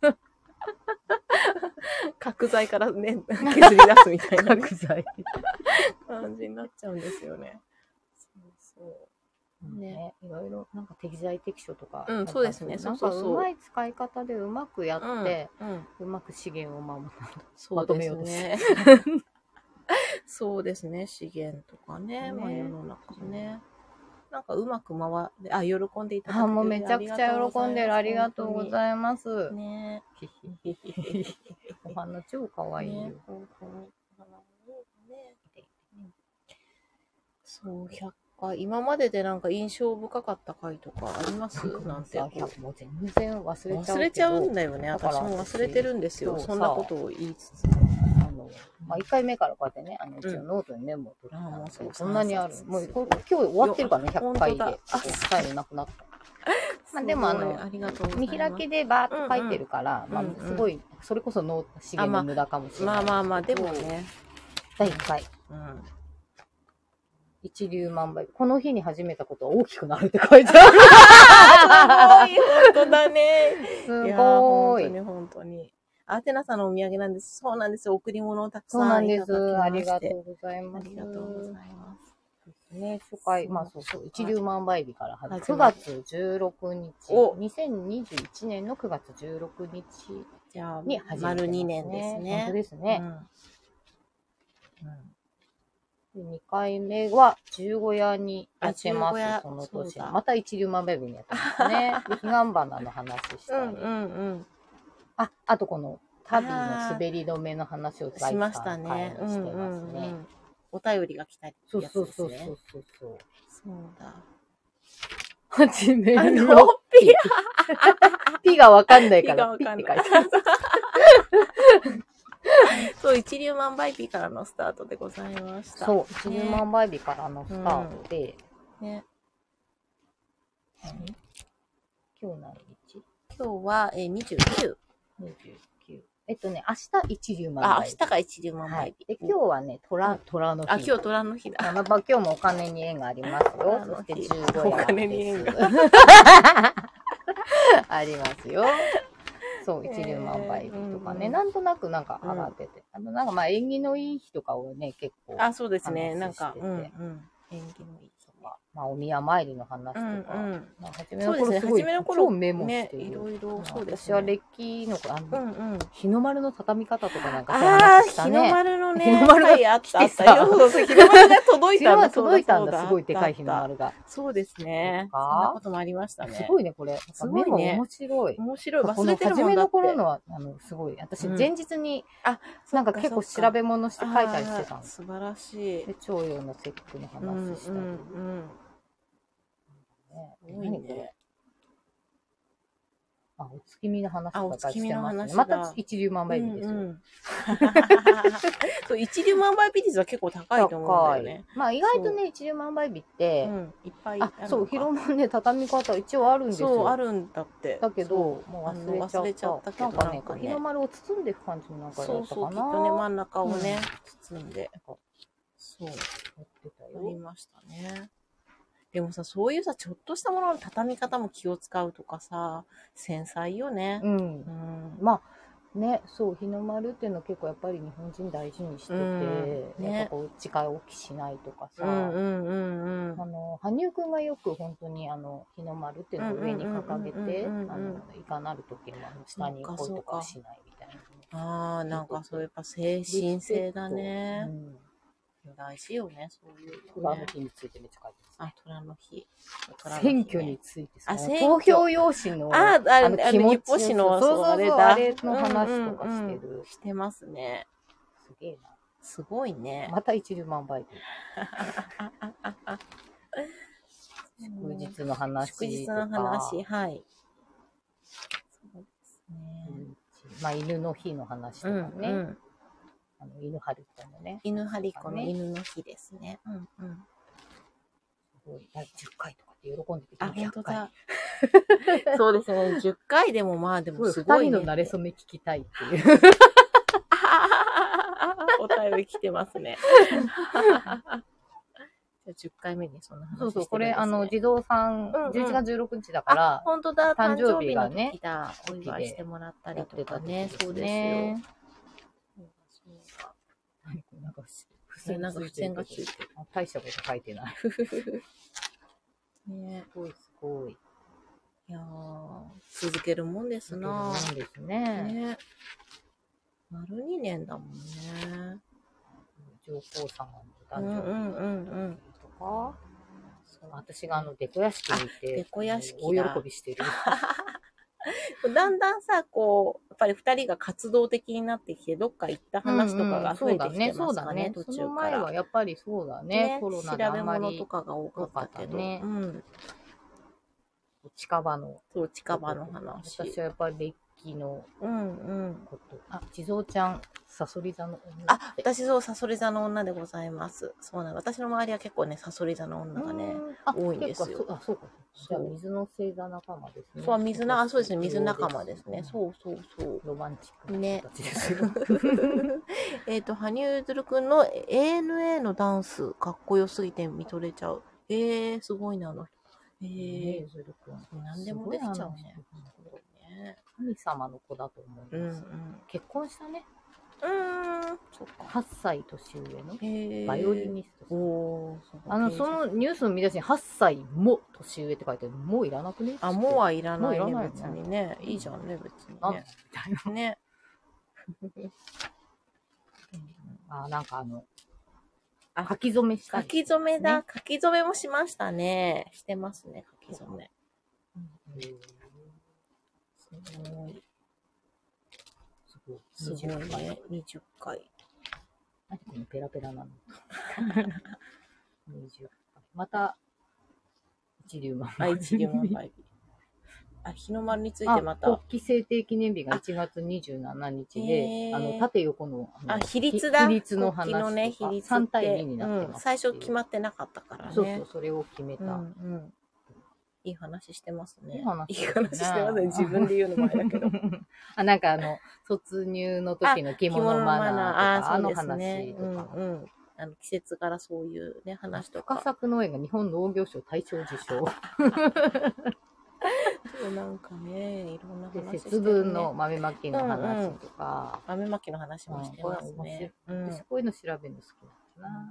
角材からね、削り出すみたいな、ね。 角材。 感じになっちゃうんですよね。そうそう。 ね。いろいろ、なんか適材適所とか。 うん、そうですね。 なんかうまい使い方でうまくやって、うまく資源を守る。まとめようです。 そうですね。資源とかね。まあ世の中ね。 なんかうまく回って、あ、喜んでいただいて。 あ、もうめちゃくちゃ喜んでる。ありがとうございます。 ねお花超かわいいよ。 本当に。ね、そう、ひゃっかい。今まででなんか印象深かった回とかありますなんて。 もう全然忘れちゃう。 忘れちゃうんだよね。私も忘れてるんですよ。そんなことを言いつつ。 あの、まあ、いっかいめからこうやってね、あの、一応ノートにメモを取ってたんですけど、そんなにある。もう、今日終わってるからね、ひゃっかいで。スタイルなくなった。まあ、でもあの、見開きでバーっと書いてるから、まあ、すごい、それこそノート資源の無駄かもしれない。 まあまあまあ、でもね。 だいいっかい。うん。一粒万倍。この日に始めたことは大きくなるって書いてある。 すごい、本当だね。 すごい。 本当に本当に。アテナさんのお土産なんです。そうなんですよ。贈り物をたくさんいただきまして。 そうなんです。ありがとうございます。 ありがとうございます。 ね、初回、まあそうそう、一粒万倍日から始まる。くがつじゅうろくにち。にせんにじゅういちねんのくがつじゅうろくにちに始まる、ね。 丸にねんですね。 本当ですね。うん、にかいめは十五夜にやってます、その年。また一粒万倍日にやってますね。で、彼岸花の話したり。うんうんうん、あ、あとこの旅の滑り止めの話をしましたね。 してますね。 お便りが来たり、 そうそうそうそうそう。そうだ。 はじめのピ。ピがわかんないから、ピって書いてある。 そう、一粒万倍日からのスタートでございました。 そう、一粒万倍日からのスタートで。ね。今日何日？ 今日は、えー、にじゅうきゅう。 にじゅうきゅう。えっとね、明日一粒万倍日。 あ、明日が一粒万倍日。 で、今日はね、虎、虎の日。 あ、今日虎の日だ。 まあ、今日もお金に縁がありますよ。そしてじゅうご夜。 お金に縁がありますよ。そう、一粒万倍日とかね、なんとなくなんか上がってて。あの、なんかまあ縁起のいい日とかをね、結構。 あ、そうですね。なんか、うん、うん。縁起のいい。 まあ、お宮参りの話とか、うんうんまあ、初めの頃すごい、ね、 超メモしてる、ね、いろいろ、そうです、 ね、私は歴の、あの、うんうん、日の丸の畳み方とかなんかそう話したね。ああ、日の丸のね、 日の丸が来てさ、そうそう、日の丸が届いたんだ。 届いたんだ、すごいでかい日の丸が。 そうですね。そんなこともありましたね。 すごいね、これ。すごいね。面白い。 面白い。忘れてるもんだって。 初めの頃のは、あの、すごい。私、前日に、あ、なんか結構調べ物して書いたりしてたの。 素晴らしい。 で、徴用の節句の話したり。何これ。あ、お月見の話とかしてますね。また一粒万倍日ですよ。 そう、一粒万倍日率は結構高いと思うんだよね。 まあ意外とね、一粒万倍日って、 いっぱいあ、そう、広間ね、畳み方一応あるんですよ。 そう、あるんだって。 だけど、もう忘れちゃったけど、なんかね、日の丸を包んでいく感じのなんかやったかな。 そうそう、きっとね、真ん中をね、包んで。そう、やってたよ。ありましたね。でもさ、そういうさ、ちょっとしたものの畳み方も気を使うとかさ、繊細よね。 うん。うん、まあ、ね、そう、日の丸っていうのは結構やっぱり日本人大事にしてて、うんね、やっぱこう、近い置きしないとかさ、うんうんうんうん、あの、羽生くんがよく本当にあの、日の丸っていうのを上に掲げて、あの、いかなる時も下に置いとかしないみたいな。ああ、なんかそうやっぱ精神性だね。うん大事よね、そういう、ね。 虎の日についてめっちゃ書いてます、 ね。あ、虎の日。 選挙についてさ、投票用紙の、 あ、あの、気持ちの、 そうそうそう、あれの話とかしてる。 うんうん、してますね。 すげえな。 すごいね。 また一粒万倍日。祝日の話。 祝日の話、はい。 そうですね。まあ、犬の日の話とかね。うんうんあの犬張り子のね。 犬張り子の犬の日ですね。うんうん。 すごい。じゅっかいとかって喜んでて。 あ、本当だ。そうですね。じゅっかいでもまあでもすごい、 ね。ふたりの馴れ初め聞きたいっていう。 お便り来てますね。じゃあじゅっかいめにそんな話してるんですね。 そうそう。これ、あの、児童さん、じゅういちがつじゅうろくにちだから、 本当だ。 誕生日がね、 お祝いしてもらったりとかね。そうですよ。 なんか付箋が付箋がついてる。大したこと書いてない。 ね、 すごいすごい。 いやー、続けるもんですな。 続けるもんですね。 ね。丸にねんだもんね。 上皇様の誕生日とか。 そ私があの、デコ屋敷に行って、 デコ屋敷大喜びしてる。 だんだんさ、こう、やっぱり二人が活動的になってきて、どっか行った話とかが増えてきてますかね、途中から。 その前はやっぱりそうだね、コロナであんまり調べ物とかが多かったけど。ね、うん。 近場の。 そう、近場の話。 私はやっぱりデッキのこと。うんうん。あ、地蔵ちゃん、サソリ座の女。あ、私そう、サソリ座の女でございます。そうなの。私の周りは結構ね、サソリ座の女がね、多いんですよ。 あ、そうか。じゃあ、水の星座仲間ですね。 そう、水な、あ、そうですね、水仲間ですね。そうそうそう。 ロマンチックね。えっと、羽生結弦くんの エーエヌエー のダンス、かっこよすぎて見とれちゃう。えー、すごいな、あの人。えー、何でもできちゃうね。 神様の子だと思います。うんうん、結婚したね。 うーん。 そっか。はっさい年上のバイオリニストさん。 おあの、そのニュースの見出しにはっさいも年上って書いてある。もういらなくね？ あ、もうはいらないね、別にね。いいじゃんね、別にね。 みたいな。ね。あ、なんかあの、あ、書き初めした、 ね。書き初めだ。書き初めもしましたね。してますね、書き初め。うん、すごい。すごいね。にじゅっかい。 何このペラペラなのにじゅっかい。また、一粒万倍。 あ、一粒万倍。あ、日の丸についてまた。 国旗制定記念日がいちがつにじゅうしちにちで、あの、縦横の、 あの、あ、比率だ。 比率の話とか。 のね、比率さんたいにになってます、 うん。最初決まってなかったからね。 そうそう、それを決めた。うんうんいい話してますね。 いい話、 ね、いい話してますね。自分で言うのもあれだけど。 あ、なんかあの、卒入の時の着物マナーとか、あ, あの話とか、 ね。うんうん。あの季節からそういうね、話とか。 深作農園が日本農業賞大賞受賞。 そうなんかね、いろんな話してる、ね。節分の豆まきの話とか。 うんうん、豆まきの話もしてますね。 うん、私こういうの調べるの好きなんだな。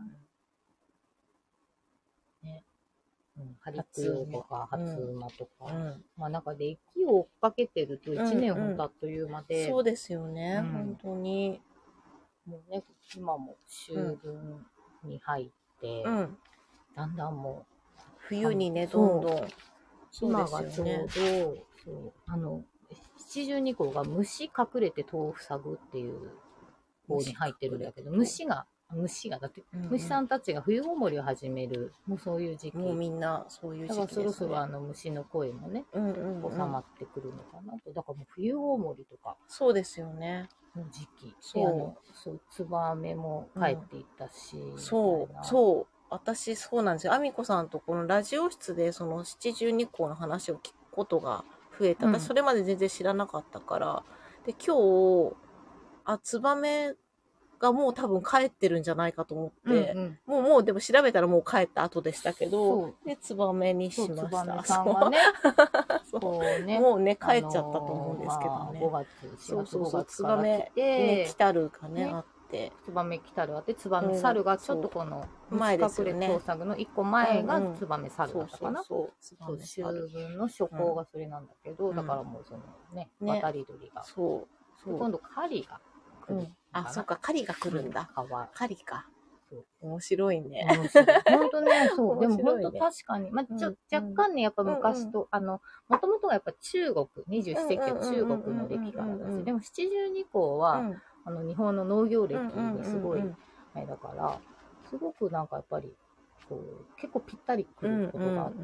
うん、ね。うん、ハリツヨとか、初馬とか。うん、まあなんかで、息を追っかけてるといちねんほんとあっという間で、 うんうん。そうですよね、うん、本当に。 もうね、今も秋分に入って、うん、だんだんもう、 冬にね、どんどん。 今がちょうど、そう、あの、七十二候が虫隠れて豆腐塞ぐっていう方に入ってるんだけど、虫が、虫が、だって、うんうん、虫さんたちが冬ごもりを始める、もうそういう時期。 もうみんなそういう時期です、ね。 だからそろそろあの虫の声もね、うんうんうん、収まってくるのかなと。だからもう冬ごもりとか。 そうですよね。 の時期。そう。あの、そう、ツバメも帰っていったし。うん、 そう、そう。私そうなんですよ。あみこさんとこのラジオ室でその七十二候の話を聞くことが増えた。私それまで全然知らなかったから。うん、で、今日、あ、ツバメがもう多分帰ってるんじゃないかと思って、うんうん、もうもうでも調べたらもう帰った後でしたけど、で、ツバメにしました。ツバメさんはね、 そうねもうね、帰っちゃったと思うんですけどね。 まあ、ごがつ、 そうそうそう、ツバメ、ね、来たるがね、ねあって。 ツバメ来たるあって、ツバメ猿がちょっとこの、前ですよね。盗作の一個前がツバメ猿だったかな。そうそうそう。秋分の初行がそれなんだけど、うん、だからもうそのね、ね渡り鳥が。そう。そう今度狩りが来る、うん。あ、そっか、狩りが来るんだ。狩りか。面白いね。 本当ね、そう。でも本当確かに。まあ、ちょ、若干ね、やっぱ昔と、あの、もともとはやっぱ中国、二十四世紀は中国の歴からだし、でも七十二候は、あの、日本の農業歴がすごい、だから、すごくなんかやっぱり、こう、結構ぴったりくることがあって、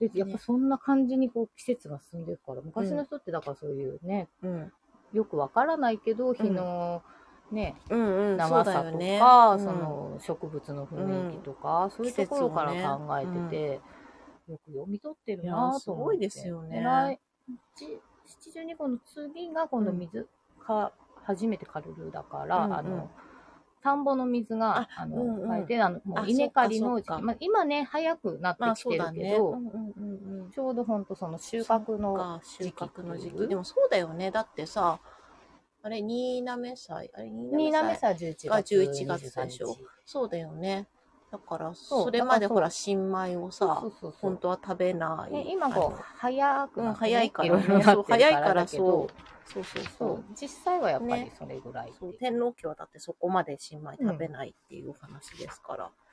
で、やっぱそんな感じにこう季節が進んでいくから、昔の人ってだからそういうね、よくわからないけど、日の、ね、長さとか、その植物の雰囲気とか、そういうところから考えてて、よく読み取ってるなぁと思って。すごいですよね。 七十二候の次が今度水か、初めてカルルだから、あの、田んぼの水が、あの、で、あの、もう稲刈りの時期、まあ今ね、早くなってきてるけど、ちょうどほんとその収穫の時期。収穫の時期。 でもそうだよね。だってさ、あれ、新滑祭あれ、 新滑祭はじゅういちがつ。 じゅういちがつでしょ。そうだよね。だから、それまでほら、新米をさ、本当は食べない。 今こう、早く、 うん、早いからね。そう、早いからそう。そうそうそう。 実際はやっぱりそれぐらい。 そう、天皇家はだってそこまで新米食べないっていうお話ですから。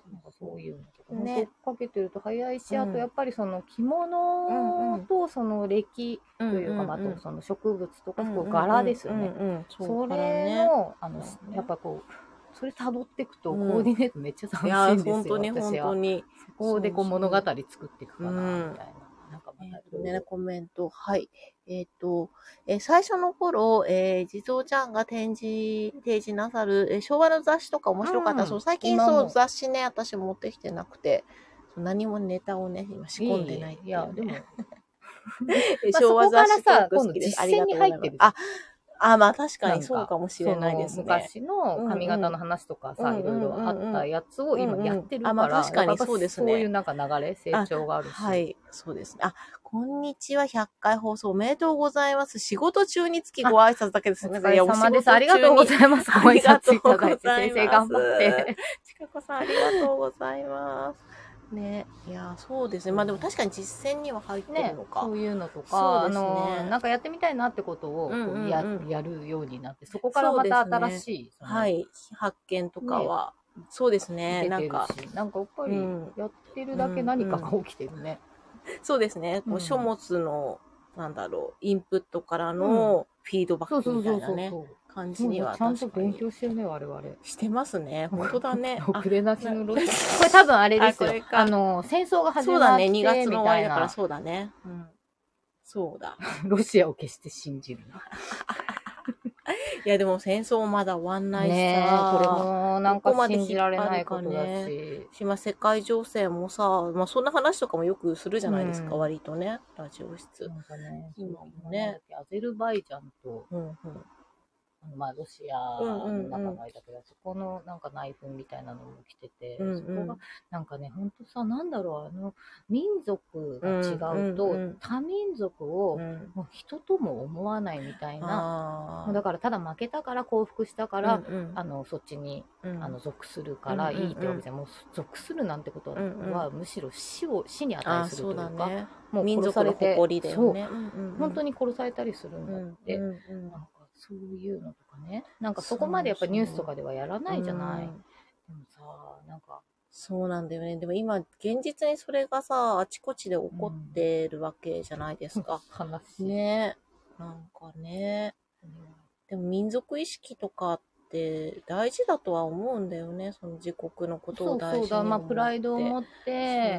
なんかそういうのとかねね、追っかけてると早いし、 うんあとやっぱりその着物とその歴というか、まあ、あとその植物とか、こう柄ですよね。それの、あの、やっぱこう、それ辿っていくと、コーディネートめっちゃ楽しいんですよ、 本当に本当に。 そこでこう物語作っていくかな、みたいな。なんかまたね、コメント。はい。えっ、と、えー、最初の頃、えー、地蔵ちゃんが展示、提示なさる、えー、昭和の雑誌とか面白かった。うん、そう、最近そう雑誌ね、私持ってきてなくて、何もネタをね、今仕込んでないっていう、ね。いや、でも。 昭和雑誌とか好きです。ありがとうございます。 あ、あ、まあ確かにそうかもしれないですね。 昔の髪型の話とかさ、いろいろあったやつを今やってるから、うんうん、あ、まあ確かにそうですね。そういうなんか流れ、成長があるし。 はい、そうですね。あ、こんにちは、ひゃっかい放送おめでとうございます。仕事中につきご挨拶だけです。 お疲れ様です。ありがとうございます。ご挨拶いただいて、先生頑張って。 ちかこさんありがとうございます。ね、いやそうですね。まあでも確かに実践には入ってるのか。 ね、そういうのとか、ね、あのなんかやってみたいなってことをや、うんうん、やるようになって、そこからまた新しい、 ね、はい発見とかは、ね、そうですね。 なんかなんかやっぱりやってるだけ何かが起きてるね。 うんうん、そうですね。うん、書物のなんだろうインプットからのフィードバックみたいなね。感じにはちゃんと勉強してるね、我々。 してますね。本当だね。 遅れなしのロシア。これ多分あれですよ。あの、戦争が始まってみたいな。そうだね、にがつの終わりだからそうだね。うん。そうだ。 ロシアを決して信じるな。 いや、でも戦争まだ終わんないしさ。 ねこれもなんか信じられないことだし。 しま世界情勢もさ、まあそんな話とかもよくするじゃないですか、うん、割とね。ラジオ室。 なんかね、今もね、アゼルバイジャンと、うんうんまあ、ロシアの中の間けど、そこのなんか内紛みたいなのも来てて、うんうん、そこがなんかね、ほんとさ、なんだろう、あの、民族が違うと、うんうんうん、他民族をもう人とも思わないみたいな、うん、だからただ負けたから降伏したから、うんうん、あのそっちに、うん、あの属するからいいってわけじゃ、うんうんうん、もう属するなんてことは、うんうん、むしろ死を死に値するというか、うね、もう殺されて、そう、うんうんうん、本当に殺されたりするんだって。うんうんうんそういうのとかね。なんかそこまでやっぱニュースとかではやらないじゃない。でもさ、なんか。 そうなんだよね。でも今、現実にそれがさ、あちこちで起こってるわけじゃないですか。 うん、悲しい。 ね。なんかね。うん、でも民族意識とかって大事だとは思うんだよね。その自国のことを大事に思って。そうそうだ。 まあプライドを持って、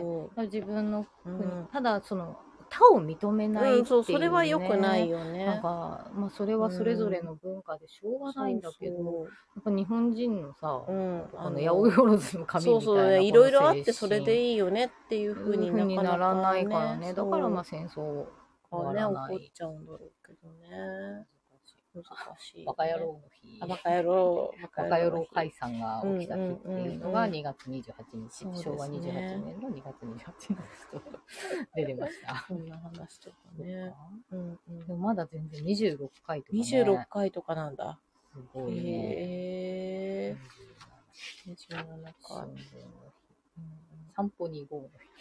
自分の国、うん、ただその、他を認めないっていう、ねうん、そうそれは良くないよね。 なんか、まあ、それはそれぞれの文化でしょうがないんだけど、うん、そうそうやっぱ日本人のさ、うん、あの八百万の神みたいな、そうそういろいろあってそれでいいよねっていうふうに な, ならないからね。だからまあ戦争がね起こっちゃうんだろうけどね。難しい、ね。 バカ野郎の日。 あバカ野郎。 バカ野郎解散が起きた日っていうのがにがつにじゅうはちにち、うんうんうん、昭和にじゅうはちねんのにがつにじゅうはちにちと出てました。 そんな話とかね。 うんうん、でもまだ全然にじゅうろっかいとか、ね。 にじゅうろっかいとかなんだ。 すごいね。 へー。にじゅうななかい。 散歩に行こうの日。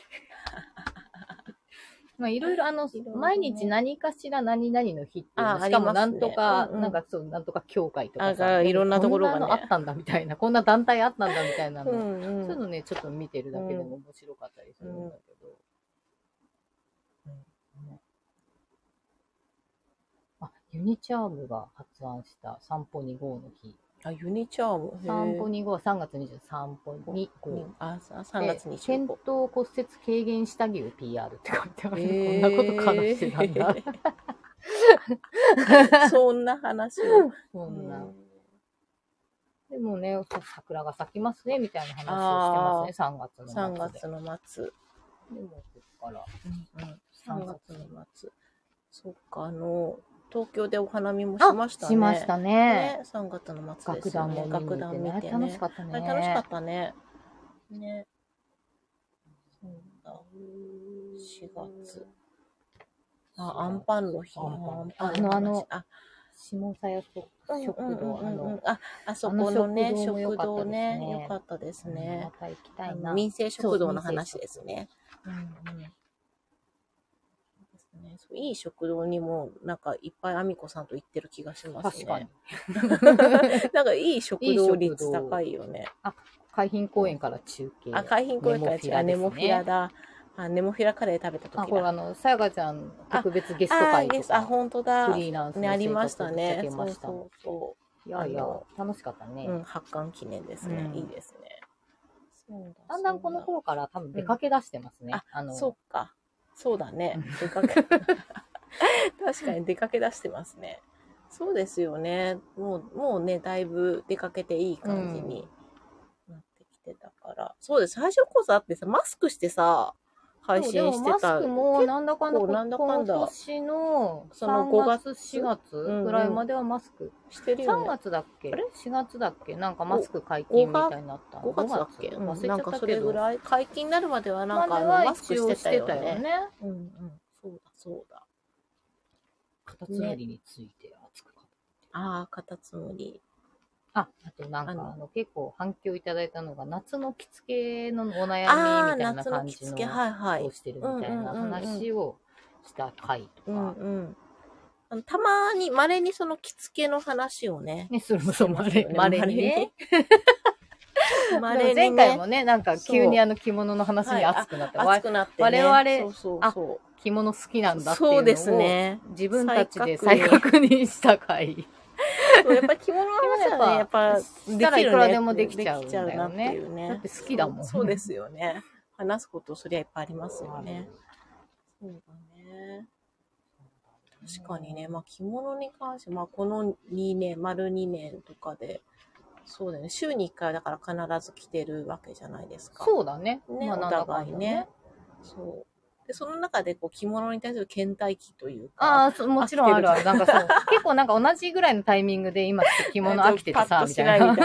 まあいろいろあの、毎日何かしら何々の日っていうの、しかもなんとか、ねうんうん、なんかそう、なんとか協会とかさ、 いろんなところがね。 こんなのあったんだみたいな、こんな団体あったんだみたいなの、うんうん、そういうのね、ちょっと見てるだけでも面白かったりするんだけど。うんうんね、あ、ユニチャームが発案した散歩に号の日。 あ、ユニチャーム。 散歩に号はさんがつにじゅうさんぽに号。 あ、さんがつにじゅうご。 転倒骨折軽減下着を ピーアール って書いてある。えー、こんなこと話してたんだ。 そんな話を。 そんな。でもね、桜が咲きますね、みたいな話をしてますね、さんがつの末。 さんがつの末。 でも、こっから。 うんうん、さんがつの末。そっか、あの、東京でお花見もしましたね。 しましたね。 ねさんがつの末ですよね。 楽団も見てね。楽しかったね。 あれ楽しかったね。ね。そうだ。しがつ。あ、アンパンの日。 あの、あの、あ、下佐屋食堂、あの、 あ、あそこのね、食堂ね、よかったですね。 また行きたいな。 民生食堂の話ですね。うんうん。 そういい食堂にもなんかいっぱいあみこさんと行ってる気がしますね。 確かに。 なんかいい食堂率高いよね。 あ、海浜公園から中継。 あ、海浜公園から中継。ネモフィラだ。あ、ネモフィラカレー食べた時だ。 あ、これあの、さやかちゃん特別ゲスト会とか。 あ、本当だ。 フリーランスね、ありましたね。 そうそうそう。いやいや、楽しかったね。 うん、発刊記念ですね。いいですね。 だんだんこの頃から多分出かけ出してますね。 あの、そうか。そうだね。出かけ、確かに出かけ出してますね。そうですよね。もう、もうね、だいぶ出かけていい感じになってきてたから。そうです。最初こそあってさ、マスクしてさ、配信してた。 マスクもなんだかんだ、なんだかんだ今年のそのごがつ、しがつぐらいまではマスクしてるよね。さんがつだっけ？しがつだっけ？なんかマスク解禁みたいになったの。 ごがつだっけ？忘れちゃったけど。なんかそれぐらい解禁になるまではなんかあのマスクしてたよね。うんうん。そうだそうだ。 カタツムリについて熱く語って。 ああ、カタツムリ。 あ、あとなんかあの結構反響いただいたのが夏の着付けのお悩みみたいな感じのどうしてるみたいな話をした回とか。 たまに稀にその着付けの話をね。 ね、それもそう稀にね。前回もね、なんか急にあの着物の話に熱くなって、 熱くなって我々、あ、着物好きなんだっていうのをそうですね。 自分たちで再確認した回。 やっぱり着物の話はね、やっぱしたらいくらでもできちゃうんだよね。だって好きだもん。 そうですよね。話すことそりゃいっぱいありますよね。そうだね。確かにね、まあ着物に関して、まあこのにねん、丸にねんとかで、そうだね、週にいっかいだから必ず着てるわけじゃないですか。 そうだね。 ね、お互いね。そう。で、その中でこう着物に対する倦怠期というか。 ああ、もちろんあるある。なんかそう。結構なんか同じぐらいのタイミングで今着物飽きててさ、みたいな。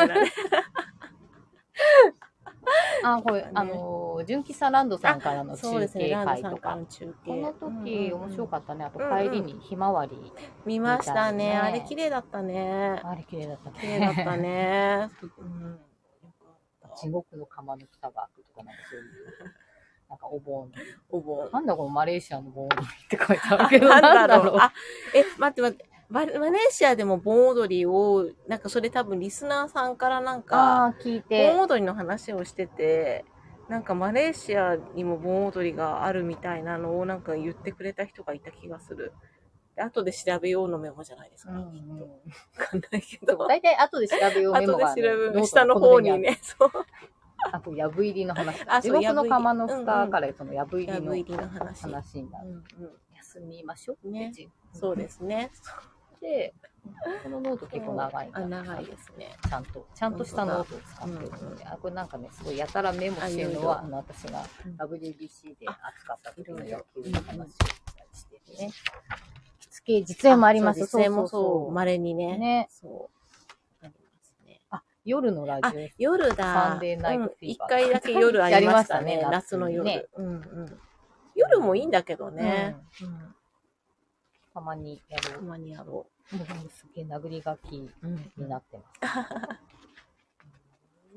あ、これ、あの、純喫茶ランドさんからの中継会とか。この時面白かったね。あと帰りにひまわり。 見ましたね。あれ綺麗だったね。 あれ綺麗だったね。 綺麗だったね。 地獄の釜の蓋が開くとかなんかそういう。なんかお盆。 お盆。 なんだこのマレーシアの盆踊りって書いてあるけど。 なんだろう。あ、え、待って待って。マレーシアでも盆踊りを、なんかそれ多分リスナーさんからなんか、 聞いて盆踊りの話をしてて、なんかマレーシアにも盆踊りがあるみたいなのをなんか言ってくれた人がいた気がする。で後で調べようのメモじゃないですか。うんうん、きっと。わかんないけど。 大体後で調べようメモがある。 後で調べよう。下の方にね。そう。 あと、やぶ入りの話。地獄の釜の蓋からそのやぶ入りの話になる。休みましょうね。そうですね。 で、このノート結構長いあ、長いですね。 ちゃんと、ちゃんとしたノートを使ってるので、あ、これなんかね、すごいやたらメモしてるのは、あの、私が ダブリュービーシー で扱った時の野球の話をしてね。着付け、実演もあります。 実演もそう、稀にね。 ね。 そう。 あ、夜のラジオ。 夜だ。 サンデーナイトフィーバー。 一回だけ夜ありましたね。夏の夜。うんうん。夜もいいんだけどね。 たまにやろう。 たまにやろう。もうすげえ殴り書きになってます。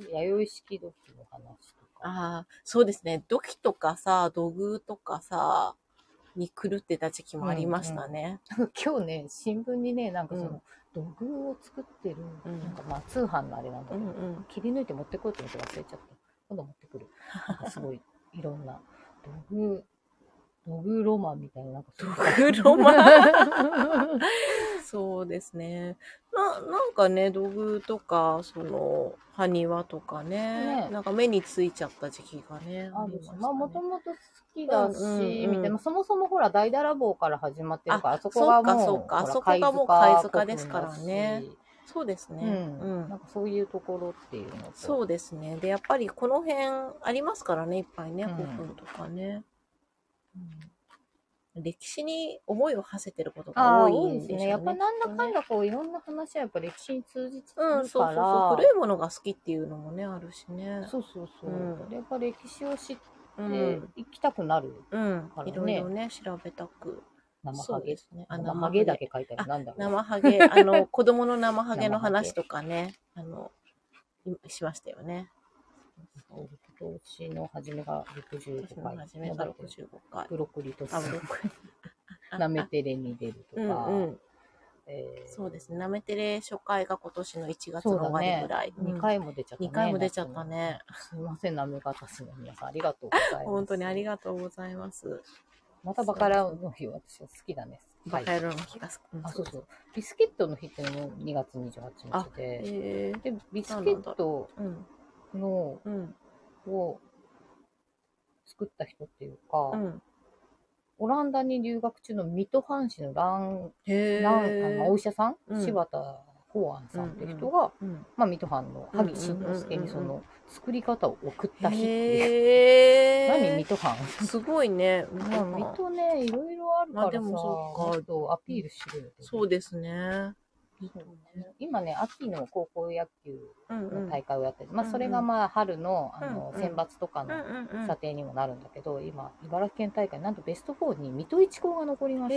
弥生式土器の話とか。 ああ、そうですね。土器とかさ、土偶とかさ、に狂ってた時期もありましたね。 うんうん、今日ね、新聞にね、なんかその、土偶を作ってる、うん、なんかまあ通販のあれなんだけど、うんうん、切り抜いて持ってこいって言って忘れちゃった。今度持ってくる。なんかすごい、いろんな、土偶、土偶ロマンみたいな、なんか土偶ロマンそうですね。な、なんかね、土偶とか、その、埴輪とかね、ねなんか目についちゃった時期がね。 あるし、まあもともと好きだし、うんうんうん、みたいな、そもそもほら、大だらぼうから始まってるから、あそこがもう、 そうか、そうか、あそこがもう貝塚ですからね。そうですね、 うんうん。なんかそういうところっていうのと。 そうですね。で、やっぱりこの辺ありますからね、いっぱいね、古墳とかね。うん、歴史に思いを馳せてることが多いんですね。 ねやっぱなんだかんだこういろんな話はやっぱ歴史に通じてるから、うん、 そうそうそう。古いものが好きっていうのもね、あるしね。 そうそうそう。うん、やっぱ歴史を知っていきたくなるからね。 うん、いろいろね、調べたく。 生ハゲですね。生ハゲだけ書いてある。なんだろう。 生ハゲ、あの、子供の生ハゲの話とかね、あの、しましたよね。 今年の初めがろくじゅうごかい。 初めがろくじゅうごかい。 ブロッコリーとあ、ブロッコリー。 なめてれに出るとか。 うんうんえー、 そうですね。なめてれ初回が今年のいちがつの終わりぐらい。 ね、にかいも出ちゃったね。 にかいも出ちゃったね。 すいません、なめがたしの皆さん、ありがとうございます。 本当にありがとうございます。 またバカラの日、私は好きだね。 バカ野郎の日が好き。 あ、そうそう。ビスケットの日っていうのもにがつにじゅうはちにちで、 えー、 で、ビスケットの、うん、を作った人っていうか、うん、オランダに留学中の水戸藩士のラン、ラン、あの、お医者さん、うん、柴田公安さんって人が、うんうん、まあ、水戸藩の萩新之助にその作り方を送った日っていう。何水戸藩すごいね。 まあ、水戸ね、いろいろあるからさ、まあ、でもそうかアピールしろよ、ね。 そうですね。 今ね、秋の高校野球の大会をやってる、うんうん、まあ、それがまあ春の、あの選抜とかの査定にもなるんだけど、今、茨城県大会、なんとベストよんに水戸一高が残りまして、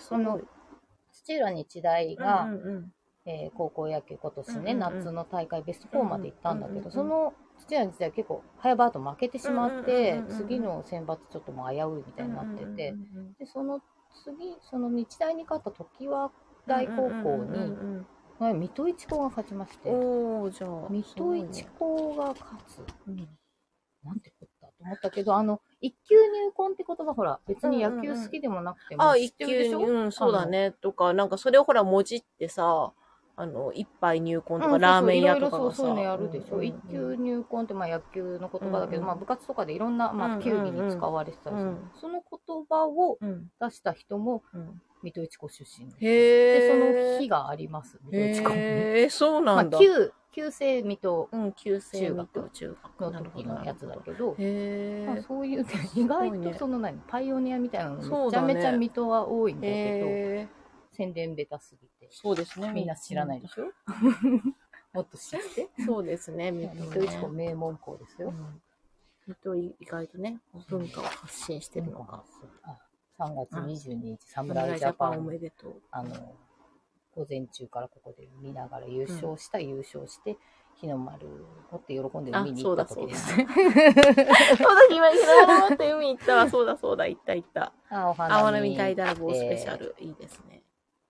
あの土浦日大が、うんうんうんえー、高校野球、今年ね、うんうんうん、夏の大会ベストよんまで行ったんだけど、うんうんうん、その土浦日大結構、早々と負けてしまって、うんうんうんうん、次の選抜ちょっともう危ういみたいになってて、うんうんうんうん、でその次、その日大に勝った時は大高校に、水戸一高が勝ちまして、 おじゃあ水戸一高が勝つ、うん。なんてこったと思ったけど、あの、一級入魂って言葉、ほら、別に野球好きでもなくても、 うんうんうん、あ、一級でしょ、うん、そうだね。とか、なんかそれをほら、文字ってさ、あの、一杯入魂とか、ラーメン屋とかがさ、 そうそう、いろいろそういうのやるでしょ。うんうんうん、一級入魂ってまあ野球の言葉だけど、うんうん、まあ部活とかでいろんな、まあ球技に使われてたりする、うんうん。その言葉を出した人も、うん水戸一高出身で、その日があります。水戸一高に。 へえ、そうなんだ。 まあ、旧、旧制水戸中学の時のやつだけど、へまあ、そういう、ね、意外とその何、ね、パイオニアみたいなのめちゃめちゃ水戸は多いんだけど、宣伝ベタすぎて。 そうですね。 みんな知らないでしょもっと知って。 そうですね。 水戸一高名門校ですよ。 水戸意外とね、文化を発信してるのか。 さんがつにじゅうににち、侍ジャパン、おめでとう。あの、午前中からここで見ながら優勝した、うん、優勝して、日の丸持って喜んで海に行った時ですね。 そうだ、今、日の丸持って海行ったわ。そうだ、そうだ、行った行った。あ、お花見大だらぼうスペシャル。いいですね。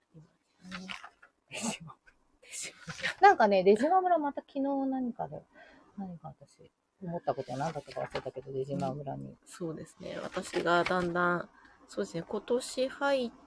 なんかね、出島村また昨日何かで、何か私、思ったことは何だったか忘れたけど、出島村に。 そうですね。私がだんだん、そうですね、今年入って、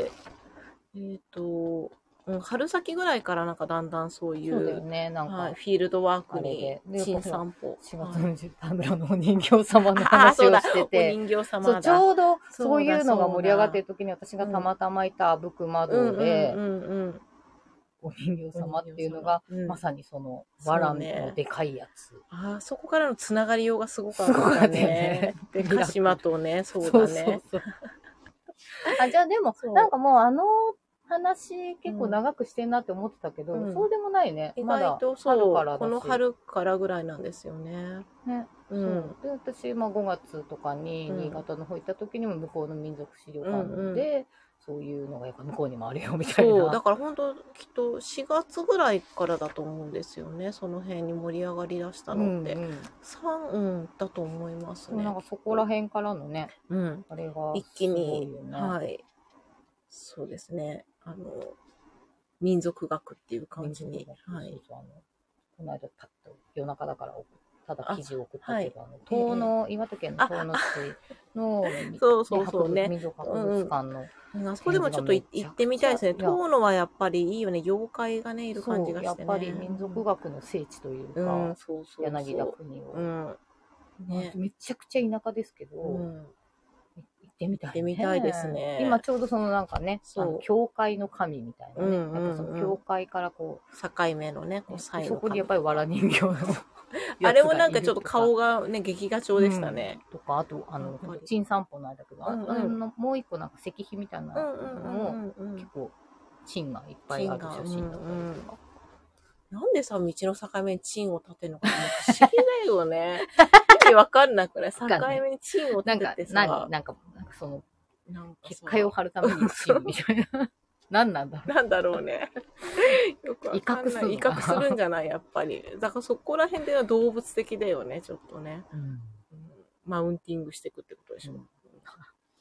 えっと、うん、春先ぐらいからなんかだんだんそういう、 そうだよね、なんか、 はい、フィールドワークに新散歩。 しがつのじゅう田村のお人形様の話をしてて、 お人形様だ。 ちょうどそういうのが盛り上がってる時に私がたまたまいた阿武隈道で、お人形様っていうのが、うん、まさにその、わらのでかいやつ。 ああ、そこからのつながりようがすごかったね。で、鹿島とね、そうだね。そうそうそうあ、じゃあでも、なんかもうあの話結構長くしてんなって思ってたけど、うん、そうでもないね。 意外とそう、まだこの春からぐらいなんですよね。 ね。うん。で、私、まあごがつとかに新潟の方行った時にも向こうの民族資料館で、うんうん、そういうのがやっぱ向こうにもあるよみたいな。そう、 だから本当きっとしがつぐらいからだと思うんですよね。その辺に盛り上がりだしたのって。うん、うん、さん、うん、だと思いますね。 なんかそこら辺からのね、うん、あれが、 一気に、はい。そうですね。あの、民族学っていう感じに。はい。そうそう、あの、 この間パッと夜中だからただ記事を送ったけど、あの、遠野、岩手県の遠野市の、 そうそうそうね。 民族博物館の。 あそこでもちょっと行ってみたいですね。遠野はやっぱりいいよね。妖怪がね、いる感じがしてね。 やっぱり民族学の聖地というか、柳田国を。ね。めちゃくちゃ田舎ですけど、行ってみたい。行ってみたいですね。 今ちょうどそのなんかね、教会の神みたいなね。なんかその教会からこう、 境目のね、こう最後そこにやっぱりわら人形の。 あれもなんかちょっと顔がね、劇画調でしたね。 とか、あと、あの、陳散歩の間けど、あの、もう一個なんか石碑みたいなのも、結構、陳がいっぱいある写真だったりとか。 なんでさ、道の境目に陳を立てるのか不思議だよね。意味わかんなくない？境目に陳を立ててさ。 何なんか、なんかその、結界を張るために陳みたいな。何なんだろう。なんだろうね。よくわかんない。威嚇する。威嚇するんじゃないやっぱり。だからそこら辺では動物的だよね、ちょっとね。うん、マウンティングしていくってことでしょ。うん、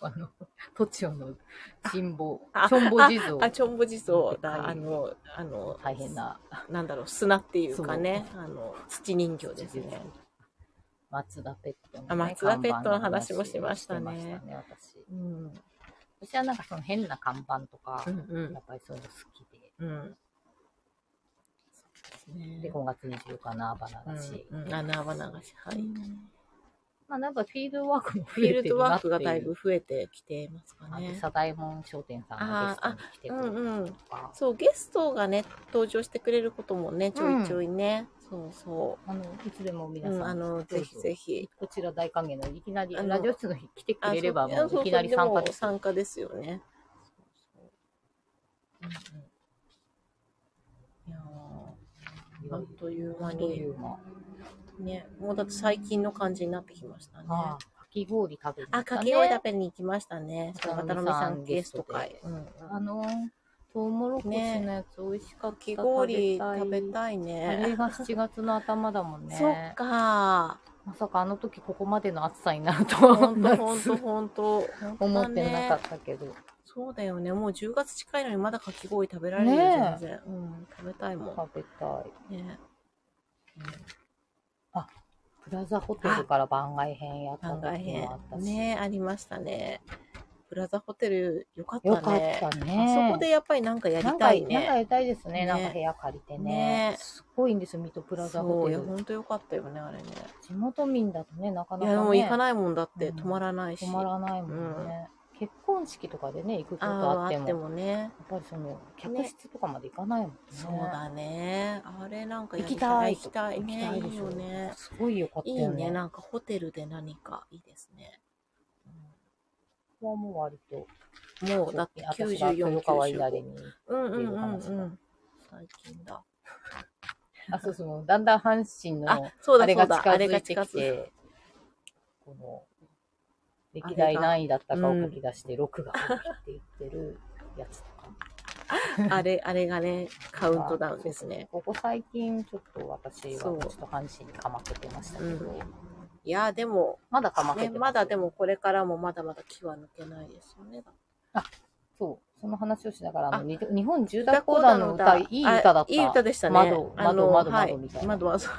あの、都庁の神保、チョンボ地蔵。 あ、チョンボ地蔵だ。あの、あの、 大変な。 なんだろう、砂っていうかね、あの、土人形ですね。 松田ペットの、ね、 あ、松田ペットの話もしましたね。 ね私。うん。私はなんかその変な看板とか、 うんうん、 やっぱりそういうの好きで。 うん。そうですね。 で、ごがつにじゅうようかな、穴場流し。 うんうん、穴場流し、はい。うん、 まあなんかフィールドワークも増えてるなっていう。フィールドワークがだいぶ増えてきてますかね。 佐大門商店さんがゲストに来てくれるとか、うんうん。 そう、ゲストがね、登場してくれることもね、ちょいちょいね。うん、そうそう。 あの、いつでも皆さん、うん、 あの、ぜひぜひ。 こちら大歓迎の、いきなり、ラジオ室の日来てくれれば、もういきなり参加です。 参加ですよね。そうそう。うんうん、いやー、あっという間に。ね、もうだって最近の感じになってきましたね。 ああ、かき氷食べに行ったね。 あ、かき氷食べに行きましたね。渡辺さんゲスト会。 うん、あのー、トウモロコシのやつ美味しかった。 かき氷食べたいね。 あれがしちがつの頭だもんね。 そっか。 まさかあの時ここまでの暑さになるとはほんとほんとほんと思ってなかったけど。 そうだよね。もうじゅうがつ近いのにまだかき氷食べられるよ、全然。うん、食べたいもん。 食べたい。 ね。 うん、あ、プラザホテルから番外編やった時もあったし。 ね、ありましたね。プラザホテルよかったね。 よかったね。 あそこでやっぱりなんかやりたいね。 なんかやりたいですね。なんか部屋借りてね。すごいんですよ、水戸プラザホテル。 そう、いや、ほんとよかったよね、あれね。 地元民だとね、なかなかね。 いや、もう行かないもんだって、泊まらないし。 泊まらないもんね。結婚式とかでね、行くことあっても。あってもね。やっぱりその、客室とかまで行かないもんね。 そうだね。あれなんか行きたい。 行きたいね。いいよね。 すごいよかったよね。 いいね。なんかホテルで何かいいですね。 ここはもう割と。 もうだってきゅうじゅうよん、 川いられに。 うんうんうんうん。最近だ。 あ、そうそう。だんだん阪神のあれが近づいてきて、この、歴代何位だったかを書き出して、ろくが入っていってるやつとか。 あれ、あれがね、カウントダウンですね。 ここ最近ちょっと私はちょっと阪神にかまけてましたけど。 いや、でも、 まだかまけてます、 ね。まだでもこれからもまだまだ気は抜けないですよね。 あ、そう。その話をしながら、あの、日本住宅公団の歌、いい歌だった。 いい歌でしたね。 窓、窓、窓、窓みたいな。 窓はそう。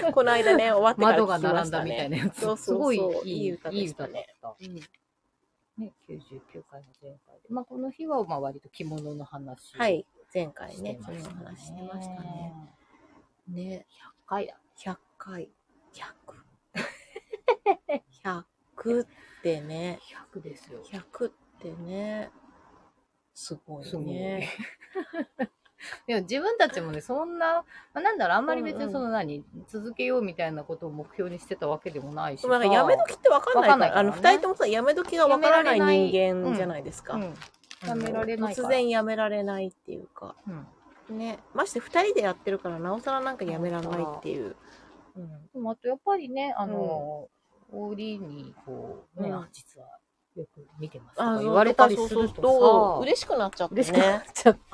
この間ね、終わってから聞きましたね。窓が並んだみたいなやつ。そうそうそう。すごいいい歌でしたね。ね、きゅうじゅうきゅうかいの前回で。まあ、この日は、まあ、割と着物の話。 はい。前回ね、着物の話してましたね。ね。 ひゃっかいだ。 ひゃっかい。ひゃく。ひゃくってね。 ひゃくですよ。 ひゃくってね。すごいね。 でも自分たちもね、そんな、まあ、なんだろう、あんまり別にその何、うんうん、続けようみたいなことを目標にしてたわけでもないし。 なんかやめ時ってわかんないから、からね、あの、二人ともさ、やめ時がわからない人間じゃないですか。 うんうん、やめられない突然やめられないっていうか。うん、ね。まして二人でやってるから、なおさらなんかやめられないっていう。 うん、でもあとやっぱりね、あの、オーリーにこう、ね、うん、実は、よく見てますとか言われたりするとさ、 嬉しくなっちゃってね。 嬉しくなっちゃって。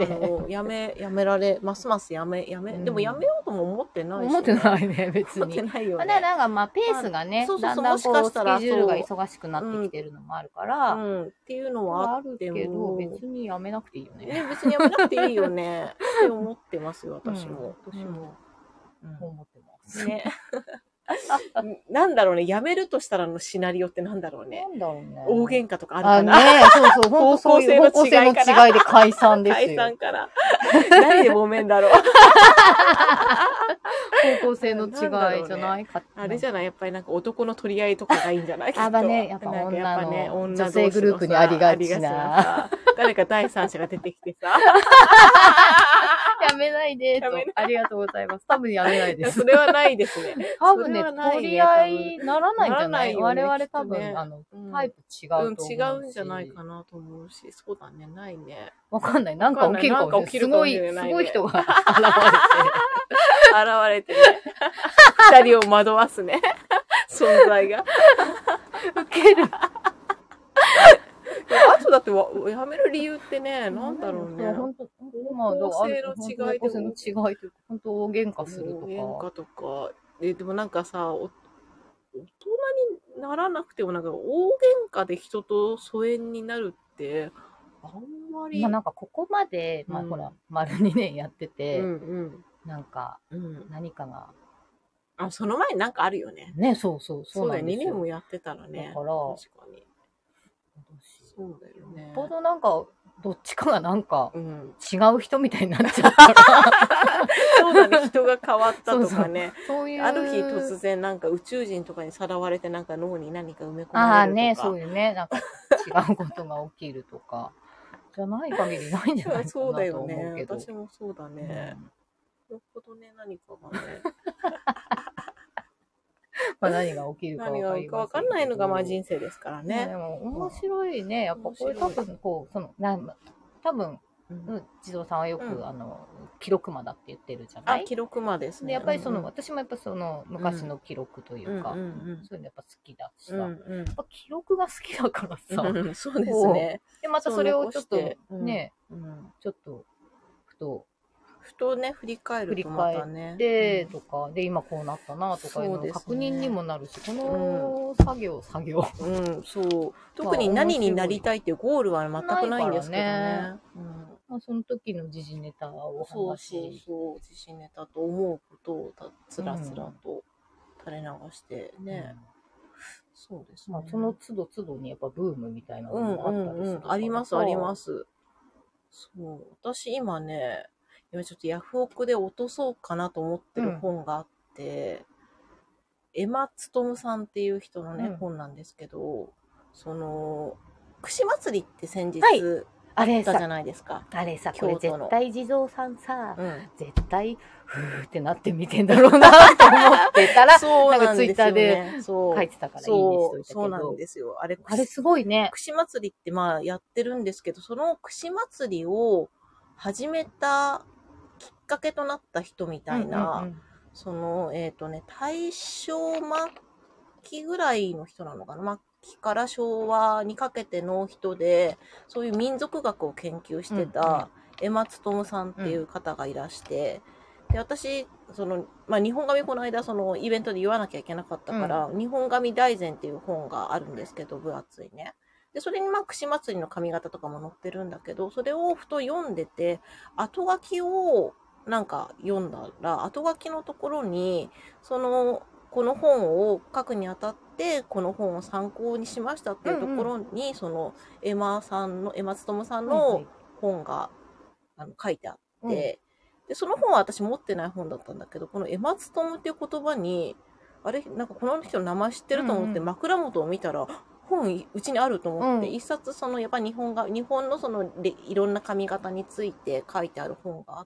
やめ、やめられ、ますますやめ、やめ、うん、でもやめようとも思ってないし、ね。 思ってないね、別に。 思ってないよね。 まあ、なんかまあ、ペースがね、そうそうそう、だんだんこう、スケジュールが忙しくなってきてるのもあるから、 うんうん、っていうのはあるけど、 別にやめなくていいよね。 ね、別にやめなくていいよね。って思ってますよ、私も。 うん、私も、うん、思ってます。 ね。なんだろうね、やめるとしたらのシナリオってなんだろうね。 なんだろうね。 大喧嘩とかあるかな。 あ、ね、そうそう、方向性の違いで解散ですよ。 解散から。何で揉めんだろう。 方向性の違いじゃないか、ね、 あれじゃない、やっぱりなんか男の取り合いとかがいいんじゃないあばね、やっぱ女の、ね、女性グループにありがちな。 誰か第三者が出てきてさ。 やめないでと。ありがとうございます。多分やめないです。 それはないですね。 多分ね、取り合いならないんじゃない、ね、我々多分、ね、あの、タイプ違うと思うし、 うん。違うんじゃないかなと思うし、そうだね、ないね。 わかんない。なんか起きるかもしれない。なんか起きるかもしれない、ね。すごい、すごい人が現れて。現れてね。二人を惑わすね。存在が。 ウケる。 あとだってやめる理由ってね、なんだろうね。 本当、方向性の違いで。方向性の違いというか、本当大喧嘩するとか。 喧嘩とか。で、でもなんかさ、お大人にならなくても、なんか大喧嘩で人と疎遠になるって、あんまり。 まあなんかここまで、まあほら、うん、丸にねんやってて、 うんうん、 なんか、何かが。 あ、その前になんかあるよね。 ね、そうそう、 そうなんですよ。そうだよ、にねんもやってたらね。 だから、 確かに。そうだよね。 よっぽどなんか、どっちかがなんか、違う人みたいになっちゃったら。 そうだね、人が変わったとかね。 そうそう、そういう。 ある日突然なんか宇宙人とかにさらわれてなんか脳に何か埋め込まれるとか。 ああね、そういうね、なんか違うことが起きるとか。じゃない限りないんじゃないかなと思うけど。そうだよね。 私もそうだね。うん、よっぽどね、何かがね。 まあ何が起きるか分かりませんけど。 分かんないのがまあ人生ですからね。 でも面白いね。やっぱこれ多分こう、その、な多分、うん、地蔵さんはよく、うん、あの、記録魔だって言ってるじゃない？ あ、記録魔ですね。 で、やっぱりその、うんうん、私もやっぱその、昔の記録というか、うんうんうん、そういうのやっぱ好きだしさ、うんうん、やっぱ記録が好きだからさ、 うん、そうですね。 で、またそれをちょっとね、うん、ちょっと、ふと、 ふとね、振り返るとまたね。 振り返ってとか、うん、で、今こうなったなとかいうの確認にもなるし、ね、この作業、うん、作業。 うん、そう。特に何になりたいっていうゴールは全くないんですけどね。 うん、まあ、その時の時事ネタを話し。 そうそうそう、時事ネタと思うことをつらつらと垂れ流してね。うん、そうですね。 まあ、その都度都度にやっぱブームみたいなのもあったりする、うんうん、 あります、あります。そう。私今ね、今ちょっとヤフオクで落とそうかなと思ってる本があって、うん、エマ・ツトムさんっていう人のね、うん、本なんですけど、その、串祭りって先日、はいあったじゃないですか。 あれさ、これ絶対地蔵さんさ、うん、絶対、ふーってなって見てんだろうなと思ってたら、そうなんかツイッターで書いてたからいいねしといたけど。 そうなんですよ。あれ、 あれすごいね。 串祭りってまあやってるんですけど、その串祭りを始めたきっかけとなった人みたいな、うんうんうん、その、えっとね、大正末期ぐらいの人なのかな。末期から昭和にかけての人で、そういう民族学を研究してた、エマ・ツトムさんっていう方がいらして、で、私、その、まあ、日本髪この間、その、イベントで言わなきゃいけなかったから、うん、日本髪大全っていう本があるんですけど、分厚いね。で、それにまあ、串祭りの髪型とかも載ってるんだけど、それをふと読んでて、後書きをなんか読んだら、後書きのところに、その、この本を書くにあたって、この本を参考にしましたっていうところに、うんうん、その、エマさんの、エマツトムさんの本が、あの書いてあって、うん、で、その本は私持ってない本だったんだけど、このエマツトムっていう言葉に、あれ、なんかこの人の名前知ってると思って、枕元を見たら、本うちにあると思って、うん、一冊その、やっぱ日本が、日本のその、いろんな髪型について書いてある本があって、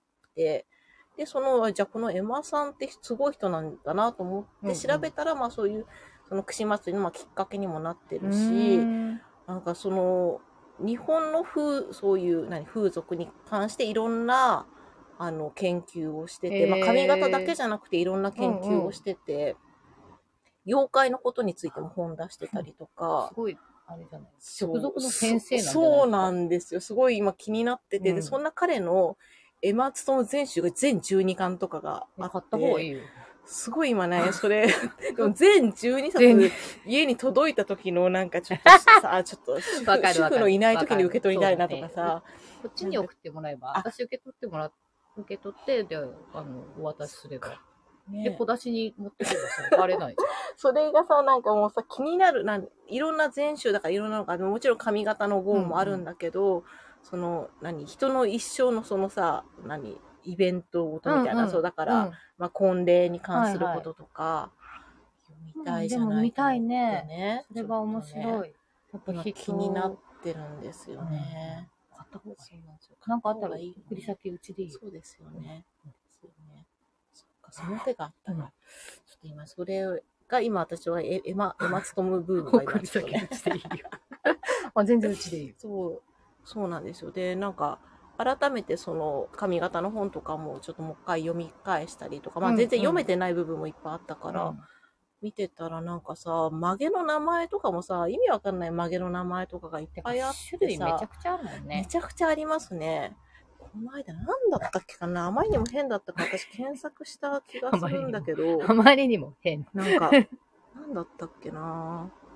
で、その、じゃあこのエマさんってすごい人なんだなと思って調べたら、うんうん、まあそういう、その串祭りのまあきっかけにもなってるし、なんかその、日本の風、そういう何風俗に関していろんな、あの、研究をしてて、まあ髪型だけじゃなくていろんな研究をしてて、うんうん、妖怪のことについても本出してたりとか、 すごい、あれじゃない直属の先生なんじゃないですか。 そうなんですよ。すごい今気になってて、うん、で、そんな彼の、エマツトム全集が全じゅうにかんとかがあって。 買った方がいいよ。 すごい今ね、それ、でも全じゅうにさつ家に届いた時のなんかちょっとさ、ちょっと主婦、主婦のいない時に受け取りたいなとかさ。 ね、こっちに送ってもらえば、私受け取ってもら、受け取って、で、あの、お渡しすれば。ね、で、小出しに持ってくればさ、バレない。 それがさ、なんかもうさ、気になる、なんいろんな全集だからいろんなのが、もちろん髪型の号もあるんだけど、うんうん、その、何、人の一生のそのさ、何、イベントごとみたいな、うんうん、そうだから、うん、まあ、婚礼に関することとか、はいはい、読みたいじゃない、うん、 でも見たいね。それが面白い。 やっぱ気になってるんですよね。 うん、買った方がいい。なんかあったら送り先うちでいい。 そうですよね。ですよね。そっか、その手があったら、うん、ちょっと今、それが今私はエマ、エマツトムブームが送り先うちでいいよ。まあ、全然うちでいいよ。 そう。そうなんですよ。で、なんか、改めてその髪型の本とかもちょっともう一回読み返したりとか、まあ全然読めてない部分もいっぱいあったから、うんうん、見てたらなんかさ、曲げの名前とかもさ、意味わかんない曲げの名前とかがいっぱいあってさ、 種類めちゃくちゃあるもんね。 めちゃくちゃありますね。この間何だったっけかな、あまりにも変だったから私検索した気がするんだけど、 あまりにも変。 なんか、何だったっけな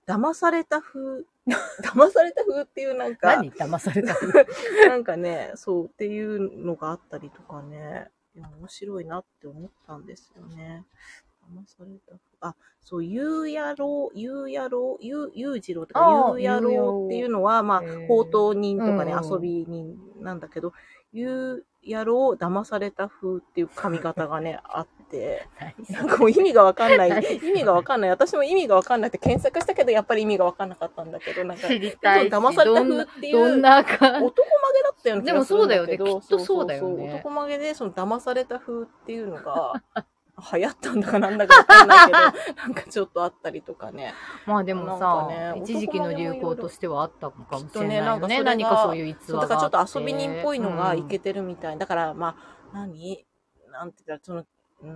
騙された風、騙された風っていうなんか、 何騙された風なんかね、そうっていうのがあったりとかね、いや面白いなって思ったんですよね。騙された風。あ、そう、ゆうやろう、ゆうやろう、ゆう、ゆうじろうとか、ゆうやろうっていうのは、まあ、放蕩人とかね、遊び人なんだけど、ゆうやろう、騙された風っていう髪型がね、あって、なんかもう意味がわかんない、意味がわかんない。私も意味がわかんなくて検索したけど、やっぱり意味がわかんなかったんだけど、なんか、 知りたいし騙された風っていう、 どんなか男曲げだったような気がするんだけど、 でもそうだよね、きっとそうだよね。 男曲げで、その騙された風っていうのが、流行ったんだかなんだかわかんないけど、なんかちょっとあったりとかね。 まあでもさ、ね、一時期の流行としてはあったのかもしれないよね。ね、なんか何かそういう逸話があって。 だからちょっと遊び人っぽいのがいけてるみたい。うん、だからまあ、何なんて言ったら、その、うん、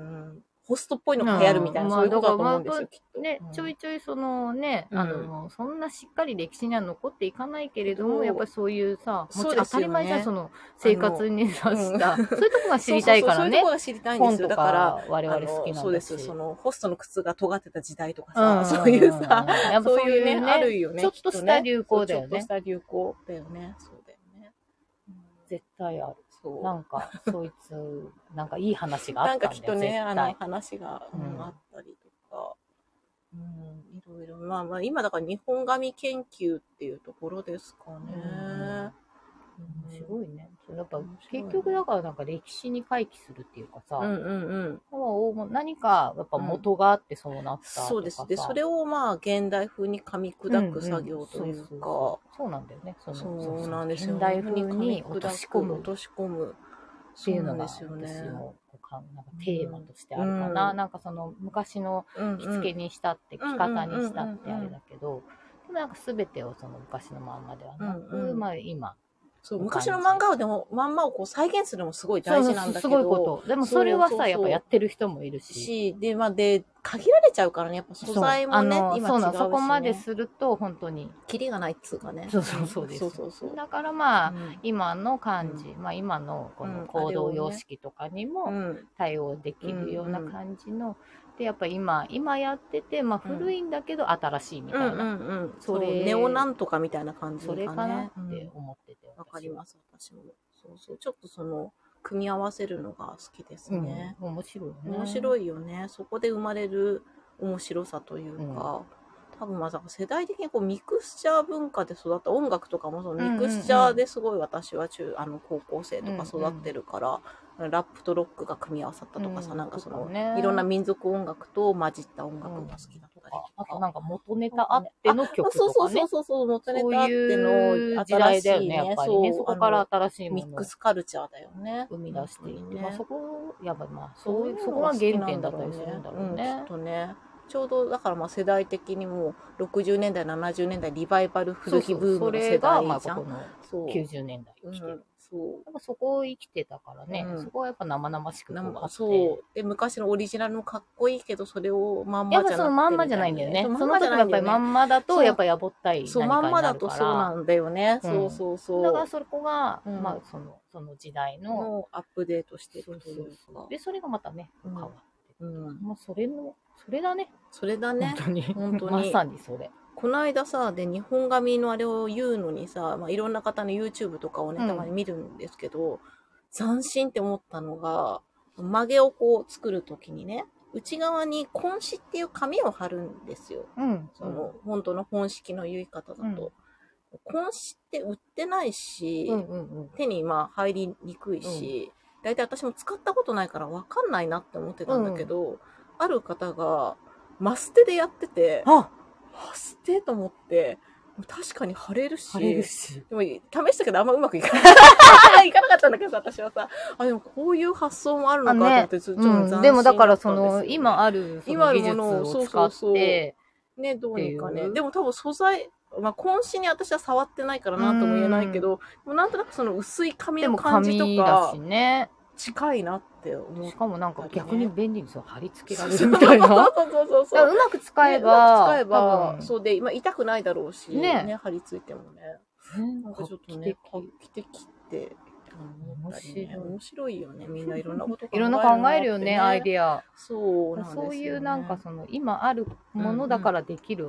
ホストっぽいのが流行るみたいな、うん、そういうことだと思うんですよ、きっと。 ね、ちょいちょいそのね、うん、あの、そんなしっかり歴史には残っていかないけれども、やっぱりそういうさ、もちろん当たり前じゃん、その生活にさした、そういうとこが知りたいからね。そういうとこが知りたいんですよ。だから、我々好きなんだし。そうです。その、ホストの靴が尖ってた時代とかさ、そういうさ、やっぱそういうね、あるよね。 ちょっとした流行だよね。 ちょっとした流行だよね。そうだよね。 絶対ある。なんか、そいつ、なんかいい話があったんだよ。なんかきっとね、あの話が、うん、あったりとか、うん、いろいろ、まあまあ、今だから日本髪研究っていうところですかね。 うん面白いね。やっぱ結局だからなんか歴史に回帰するっていうかさ、うんうんうん、何かやっぱ元があってそうなったとかさ、 うん、そうです。で、それをまあ現代風に噛み砕く作業というか、 そうなんだよね。そのそうなんですよ、 現代風に落とし込む落とし込むっていうのが私のなんかテーマとしてあるかな。うん、なんかその昔の着付けにしたって着方にしたってあれだけど、でもなんか全てをその昔のまんまではなく、うんうん、まあ今。 そう昔の漫画をでもまんまをこう再現するのもすごい大事なんだけど、 すごいこと。でもそれはさ、そうそうそうやっぱやってる人もいるし。 しで、まあで、限られちゃうからね、やっぱ素材もね、今違うし、ね。そうなそこまですると本当に。 キリがないっつうかね。 そうそうそうです。そうそうそうだからまあ、うん、今の感じ、うん、まあ今のこの行動様式とかにも対応できるような感じの、で、やっぱ今、今やってて、まあ古いんだけど新しいみたいな。うんうんうん、 それ、ネオなんとかみたいな感じがね。それかなって思ってて。 わ、うん、かります、私も。そうそう、ちょっとその、組み合わせるのが好きですね。 うん、面白いね。 面白いよね。そこで生まれる面白さというか、うん、多分まあ世代的にこうミクスチャー文化で育った音楽とかもそのミクスチャーですごい私は中、あの高校生とか育ってるから、うんうん、ラップとロックが組み合わさったとかさ、うん、なんかその、ね、いろんな民族音楽と混じった音楽が好きだったりとか、 うん、あとなんか元ネタあっての曲とかね。 そうそうそうそう、元ネタあっての新しいね、やっぱりね、 そこから新しいものミックスカルチャーだよね。 生み出していって、ね、まあそこ、やっぱまあそういう、そこが原点だったりするんだろうね。 うん、きっとね。ちょうどだからまあ世代的にもろくじゅうねんだいななじゅうねんだいリバイバル古着ブームの世代じゃん。 そうそうそれがまあここのきゅうじゅうねんだい来てる。うん、そうそこを生きてたからね、うん、そこはやっぱ生々しくこうあって、 そうで昔のオリジナルもかっこいいけどそれをまんまじゃなくて、 やっぱそのまんまじゃないんだよね。その時はやっぱりまんまだとやっぱやぼったいそうまんまだとそうなんだよね、うん、そうそうそうだからそこが、うん、まあそのその時代のアップデートしていくというかでそれがまたね変わって、 うん、 まあそれのそれだねそれだね本当に本当にまさにそれ。 この間さ、で、日本髪のあれを言うのにさ、まあ、いろんな方の YouTube とかをね、たまに見るんですけど、うん、斬新って思ったのが、曲げをこう作るときにね、内側に根紙っていう紙を貼るんですよ。 うん、 その、本当の本式の言い方だと。うん、根紙って売ってないし、 うんうんうん、 手にまあ入りにくいし、うん、だいたい私も使ったことないから分かんないなって思ってたんだけど、うん、ある方がマステでやってて、 あマステと思って、確かに貼れるし、 貼れるしでも試したけどあんまうまくいかない。いかなかったんだけどさ、私はさ、あ、でもこういう発想もあるのかと思って、ちょっと斬新だったんですよね。 でもだからその、今あるその技術を使って、そうそうそうね、どうにかね。でも多分素材、まあ、根紙に私は触ってないからなんとも言えないけど、でもなんとなくその薄い紙の感じとか、 でも紙だしね。 近いなって思う。 しかもなんか逆に便利にそう貼り付けられるみたいな。 そうそうそうそう。 うまく使えば、 うまく使えば、そうで、今痛くないだろうし、ね、ね貼り付いてもね。なんかちょっとね、画期的って思ったりね。面白いよね。みんないろんなこと考える、 いろんな考えるよね、アイディア。 そうなんですよね。 そういうなんかその、今あるものだからできる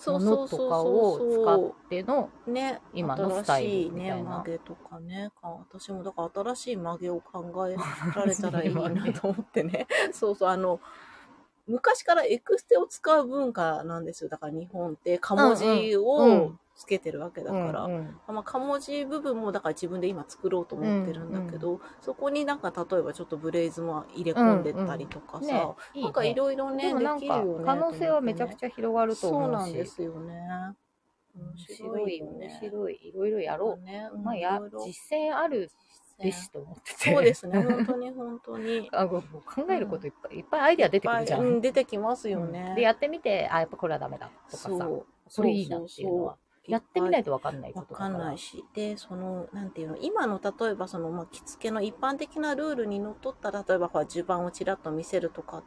ものとかを使ってのね、 今のスタイルみたいな。 新しいね、曲げとかね。私もだから新しい曲げを考えられたらいいなと思ってね。そうそう、あの、昔からエクステを使う文化なんですよ。だから日本ってかも字をつけてるわけだから。うんうんまあ、かも字部分もだから自分で今作ろうと思ってるんだけど、うんうん、そこになんか例えばちょっとブレイズも入れ込んでったりとかさ、うんうんね、なんかいろいろね、でもなんかできるよね。可能性はめちゃくちゃ広がると思うし。 そうなんですよね。 面白い、面白い。いろいろやろう。ね、まあや、実践あるべしと思ってて。 そうですね、本当に本当に。 あ考えることいっぱい、うん、いっぱいアイデア出てくるじゃん。 うん、出てきますよね、 うん。で、やってみて、あ、やっぱこれはダメだとかさ、これいいなっていうのは。やってみないと分かんないことだから。 分かんないし。で、その、なんていうの、今の例えばその、まあ、着付けの一般的なルールにのっとったら、例えばほら、襦袢をちらっと見せるとかって、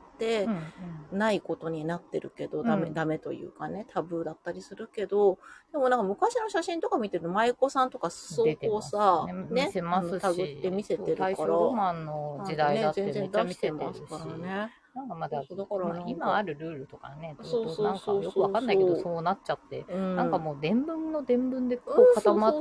うんうん、ないことになってるけど、ダメ、うん、ダメというかね、タブーだったりするけど、でもなんか昔の写真とか見てると、舞妓さんとかそうこうさ、 ね、見せますし、 タグって見せてるから。 大正ロマンの時代だってめっちゃ見せてますからね。なんかまだ、そうそうまあ、今あるルールとかね、そうなんかよくわかんないけど、そうなっちゃって、うん、なんかもう伝聞の伝聞でこう固まった、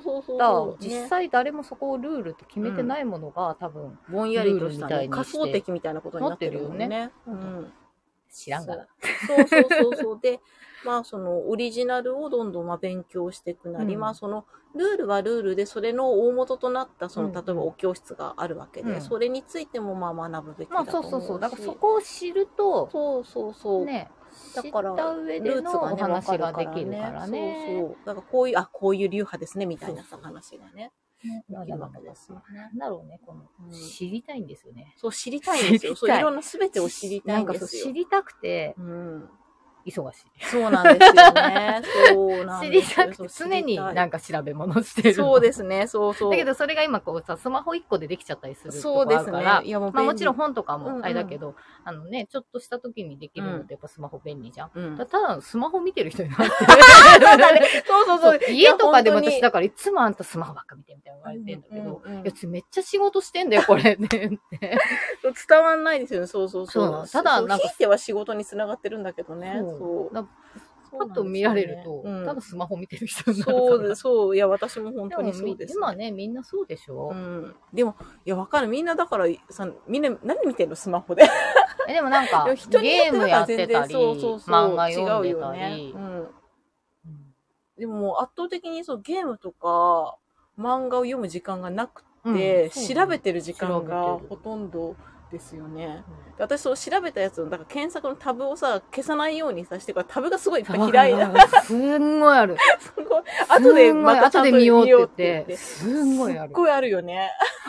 実際誰もそこをルールって決めてないものが、うん、多分、 ぼんやりとした、ね、仮想的みたいなことになってるよね。ねうん、知らんがな。 そうそうそうそう。で、まあそのオリジナルをどんどんまあ勉強していくなり、うん、まあそのルールはルールでそれの大元となったその例えばお教室があるわけで、うん、それについてもまあ学ぶべきだと思うし。まあそうそうそう。だからそこを知ると、 そうそうそう。 ね。だからルーツがね、お話ができるからね。 そうそう。だからこういう、あ、こういう流派ですね、みたいなさ話がね。 できるわけですよね。なんだろうね、この、知りたいんですよね。 そう、知りたいんですよ。そう、いろんなすべてを知りたいんですよ。なんかそう、 知りたくて、うん忙しい。 そうなんですよね。そうなんですよ。 知りたくて常になんか調べ物してる。 そうですね。そうそう。 だけどそれが今こうさ、スマホいっこでできちゃったりするとこあるから。そうですね。いやもうまあもちろん本とかもあれだけど、うんうん、あのね、ちょっとした時にできるのってやっぱスマホ便利じゃん。うん、だただスマホ見てる人になってる。 そうそうそう。 家とかでも私だからいつもあんたスマホばっか見てみたいな言われてんだけど、うんうんうん、いやめっちゃ仕事してんだよこれねって。 伝わんないですよね。そうそうそう。 そうただなんか。 ひいては仕事につながってるんだけどね。そう。 パッと見られると、うん、ただスマホ見てる人になるから。 そう、そう、いや、私も本当にそうです、 ね。今ね、みんなそうでしょ。 うん。でも、いや、わかる。みんなだから、さ、みんな、何見てんのスマホで。 え、でもなんか、ゲームやってたり、そうそうそう漫画読んでたり。ねうん、 でももう圧倒的にそう、ゲームとか、漫画を読む時間がなくて、うん、調べてる時間がほとんど、ですよね。うん、私そう調べたやつのだから検索のタブをさ消さないようにさしてからタブがすごいいっぱい開いた。 すんごいある。 すごい。後でまた後で見ようって言って。すんごいある。 すっごいあるよね。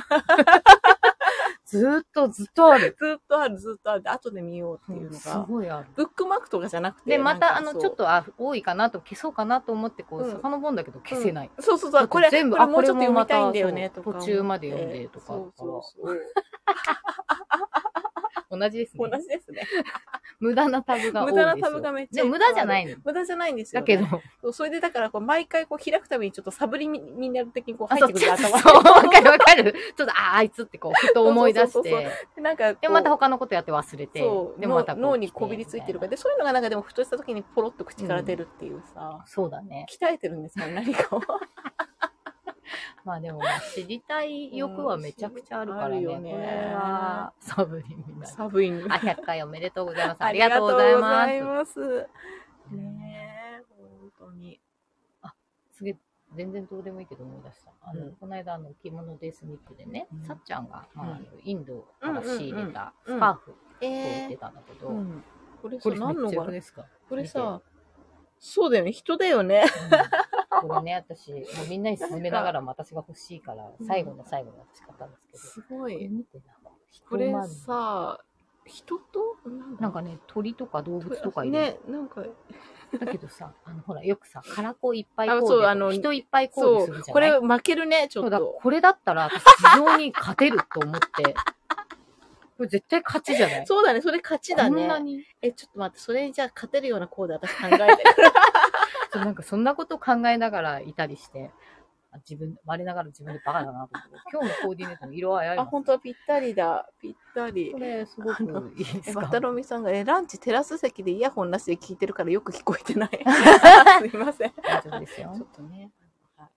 ずっとずっとある。 ずっとあるずっとある。後で見ようっていうのが。 すごいある。 ブックマークとかじゃなくて。 でまたあのちょっとあ多いかなと消そうかなと思ってこう遡るんだけど消せない。 うん、そうそうそう。これ全部あこれもうちょっと読みたいんだよねとか。 途中まで読んでとか。そうそうそう。同じですね。 同じですね。 無駄なタブが多いですよ。 無駄なタブがめっちゃ。 でも無駄じゃないの。 無駄じゃないんですよ、 ね。だけど。 そうそれでだからこう毎回こう開くたびにちょっとサブリミナル的にこう入ってくる頭。 そう、わかるわかる。ちょっとああ、あいつってこう、ふと思い出して。そうそうそうそうなんかでもまた他のことやって忘れて。そう。でもまた脳にこびりついてるから。で、そういうのがなんかでもふとした時にポロッと口から出るっていうさ。 うん、そうだね。 鍛えてるんですかね、何かを。 まあでも、知りたい欲はめちゃくちゃあるからね。うん、ねこれは、サブリミナル。 サブリミナル。 あ、ひゃっかいおめでとうございます。ありがとうございます。 ありがとうございます。ねえ、本当に。 あ、すげえ、全然どうでもいいけど思い出した。あの、うん、この間、あの、着物デスニックでね、うん、さっちゃんが、まあ、うん、インドから仕入れたスカーフを売ってたんだけど、うんうんうんこれさ、何の柄ですかこれさ、そうだよね、人だよね。 うん、これね、私、もうみんなに勧めながらも私が欲しいから、最後の最後に私買ったんですけど。 すごい。 これ見てな。 これさ、人となんかね、鳥とか動物とかいる。 ね、なんか。 だけどさ、あの、ほら、よくさ、カラコいっぱいコーデ、人いっぱいコーデするじゃん。 これ負けるね、ちょっと。 これだったら、非常に勝てると思って。これ絶対勝ちじゃないそうだね、それ勝ちだね。 こんなにえ、ちょっと待って、それにじゃあ勝てるようなコーデ私考えてる。 そうなんかそんなこと考えながらいたりして。 自分、我ながら自分でバカだなと思って。今日のコーディネートも色合いあります。 あ、本当はぴったりだ。ぴったり。 これ、すごくいいですか？ 渡ロミさんが、え、ランチテラス席でイヤホンなしで聞いてるからよく聞こえてない。すいません。 大丈夫ですよ。 ちょっとね。はい。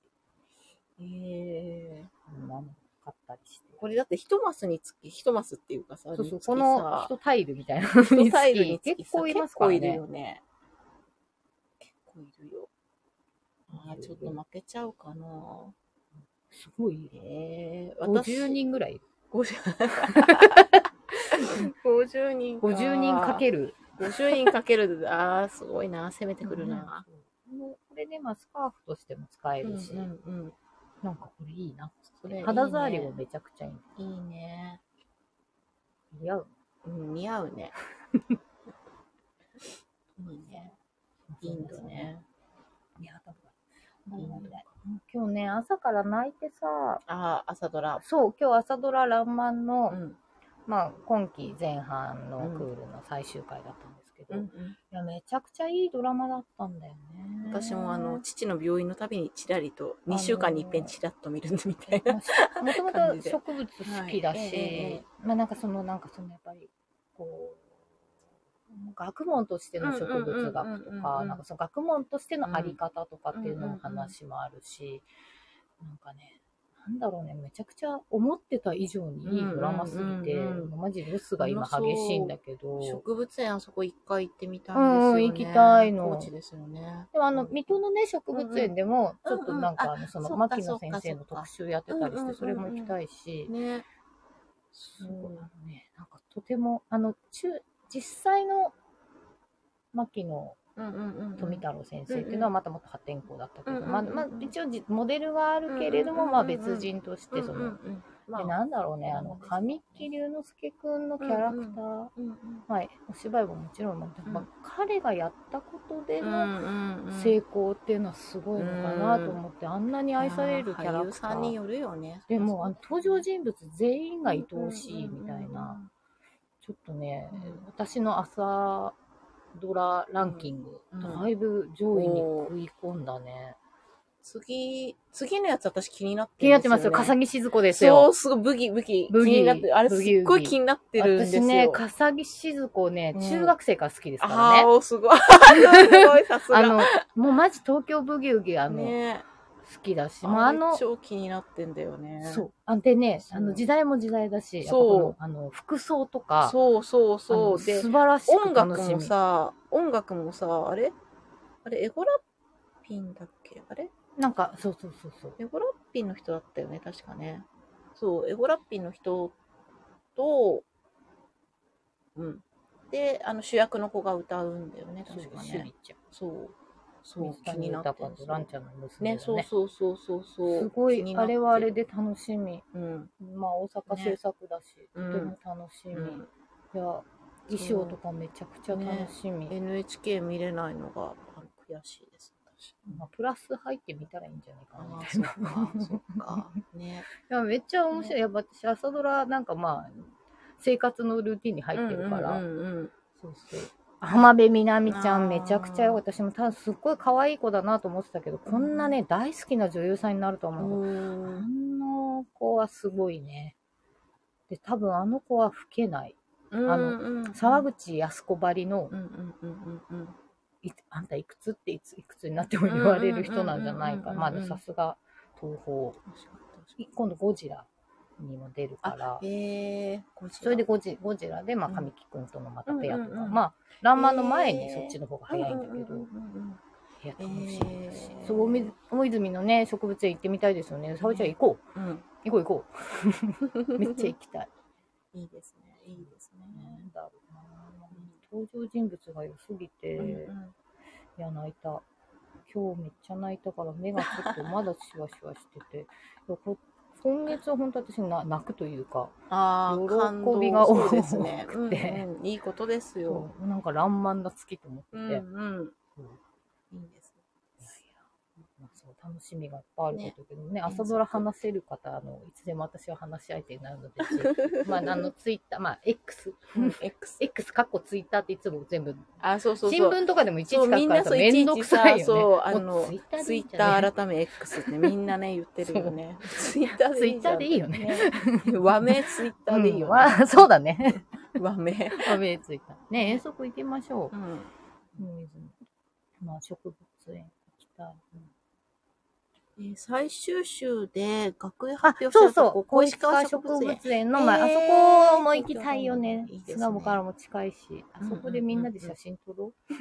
えー、 何買ったりして。 これだって一マスにつき、一マスっていうかさ、 そうそう、この一タイルみたいな。 一タイルにつき結構いますからね。 結構いるよね。結構いるよ。あー、ちょっと負けちゃうかな。 すごい。 えー、 ごじゅうにんぐらい。 ごじゅう ごじゅうにんか。 ごじゅうにんかける。 ごじゅうにんかける。あー、すごいな。攻めてくるな。 うん、これで、まあ、スカーフとしても使えるし。うんうんうん、なんかこれいいな。それ肌触りもめちゃくちゃいい。 いいね。 似合う。 うん、似合うね。いいね。インドね。 いや、多分。今日ね、朝から泣いてさ。 ああ、朝ドラ。 そう、今日朝ドラらんまんの、うん、まあ、今期前半のクールの最終回だったんですけど、うんうん、いや、めちゃくちゃいいドラマだったんだよね。 私もあの、父の病院のたびにちらりと、にしゅうかんに一遍ちらっと見るみたいな。 もともと植物好きだし、はいえー、まあなんかその、なんかそのやっぱり、こう、学問としての植物学とか、なんかその学問としてのあり方とかっていうのの話もあるし、なんかね、なんだろうね、めちゃくちゃ思ってた以上にいいドラマすぎて、うんうんうん、マジロスが今激しいんだけど。 植物園あそこ一回行ってみたいんですよね。 うん、行きたいの。 高知ですよね。 でもあの、水戸のね、植物園でも、ちょっとなんか、あの、その、牧野先生の特集やってたりして、それも行きたいし。 ね。 そう、あのね、なんかとても、あの、中、実際の牧野富太郎先生っていうのはまたもっと破天荒だったけど、まあ、まあ、一応モデルはあるけれども、まあ別人としてその、で、なんだろうね、あの、神木隆之介くんのキャラクター、はい、お芝居ももちろん、まあ、彼がやったことでの成功っていうのはすごいのかなと思って、あんなに愛されるキャラクター。 によるよね。 でも、あの登場人物全員が愛おしいみたいな、ちょっとね、私の朝、ドラランキング、うん、だいぶ上位に食い込んだね。 次、次のやつ私気になってるんですよ、ね。 気になってますよ。笠木静子ですよ。 そう、すごい、ブギ、ブギ。ブギ。気になってる。あれすっごい気になってるんですよ。 私ね、笠木静子ね、中学生から好きですからね。 ああ、すごい。すごい、さすが。 あの、もうマジ東京ブギウギ、あの、ね、好きだし、 まあ、あの、超気になってんだよね。 そう。あでね、あの、時代も時代だし、そう。あの、服装とか、 そうそうそう。 で、素晴らしい。 音楽もさ、音楽もさ、あれあれ、エゴラッピンだっけあれなんか、そうそうそうそう。 エゴラッピンの人だったよね、確かね。そう、エゴラッピンの人と、うん。で、あの、主役の子が歌うんだよね、確かね。そう。そう、気になってる。 ランちゃんの娘ね。そうそうそうそうそう。 すごい、あれはあれで楽しみ。 うん。 まあ、大阪制作だし、とても楽しみ。いや、衣装とかめちゃくちゃ楽しみ。 エヌエイチケー 見れないのが悔しいです。 まあ、プラス入ってみたらいいんじゃないかなみたいな。 そっか。ね。 いや、めっちゃ面白い。やっぱ私、朝ドラなんかまあ、生活のルーティンに入ってるから。そうそう。浜辺美波ちゃんめちゃくちゃ私もただすっごい可愛い子だなと思ってたけど、こんなね、大好きな女優さんになると思う。あの子はすごいね。で、多分あの子は老けない。あの、沢口靖子ばりの、あんたいくつっていついくつになっても言われる人なんじゃないか。まださすが東宝。今度ゴジラにも出るから。 へそれでゴジゴジラで、まあ、神木くんとのまたペアとか。まあ、ランマンの前にそっちの方が早いんだけど。いや、楽しみだし。そう、大泉のね、植物園行ってみたいですよね。沙織ちゃん行こう。行こう行こう。めっちゃ行きたい。 いいですね。いいですね。 なんだろうな。登場人物が良すぎて、うんうん、いや、泣いた。今日めっちゃ泣いたから、目がちょっとまだシワシワしてて、今月は本当私な泣くというか、 あ喜びが多くて、 ですねうんうん、いいことですよ。 なんか爛漫な月と思ってて、 うんうん、いいですね。 いやいや、まあ、そう楽しみがいっぱいあることけどね、朝ドラ話せる方、あの、いつでも私は話し相手になるので、まあ、あの、ツイッター、まあ、X、X、X、かっこツイッターっていつも全部、 あ、そうそうそう。 新聞とかでもいちいち書くからさ、 みんなそうめんどくさいよね。 そう、あの、 ツイッターツイッター改め X ってみんなね、言ってるよね。ツイッターツイッターでいいよね。 和名ツイッターでいいよね。そうだね。 和名。 和名ツイッター。ね、遠足行きましょう。 うん。 まあ、植物園行きたい。 えー、最終週で学園発表したとこ、 小石川植物園の前、あそこも行きたいよね。巣鴨からも近いし、あそこでみんなで写真撮ろう。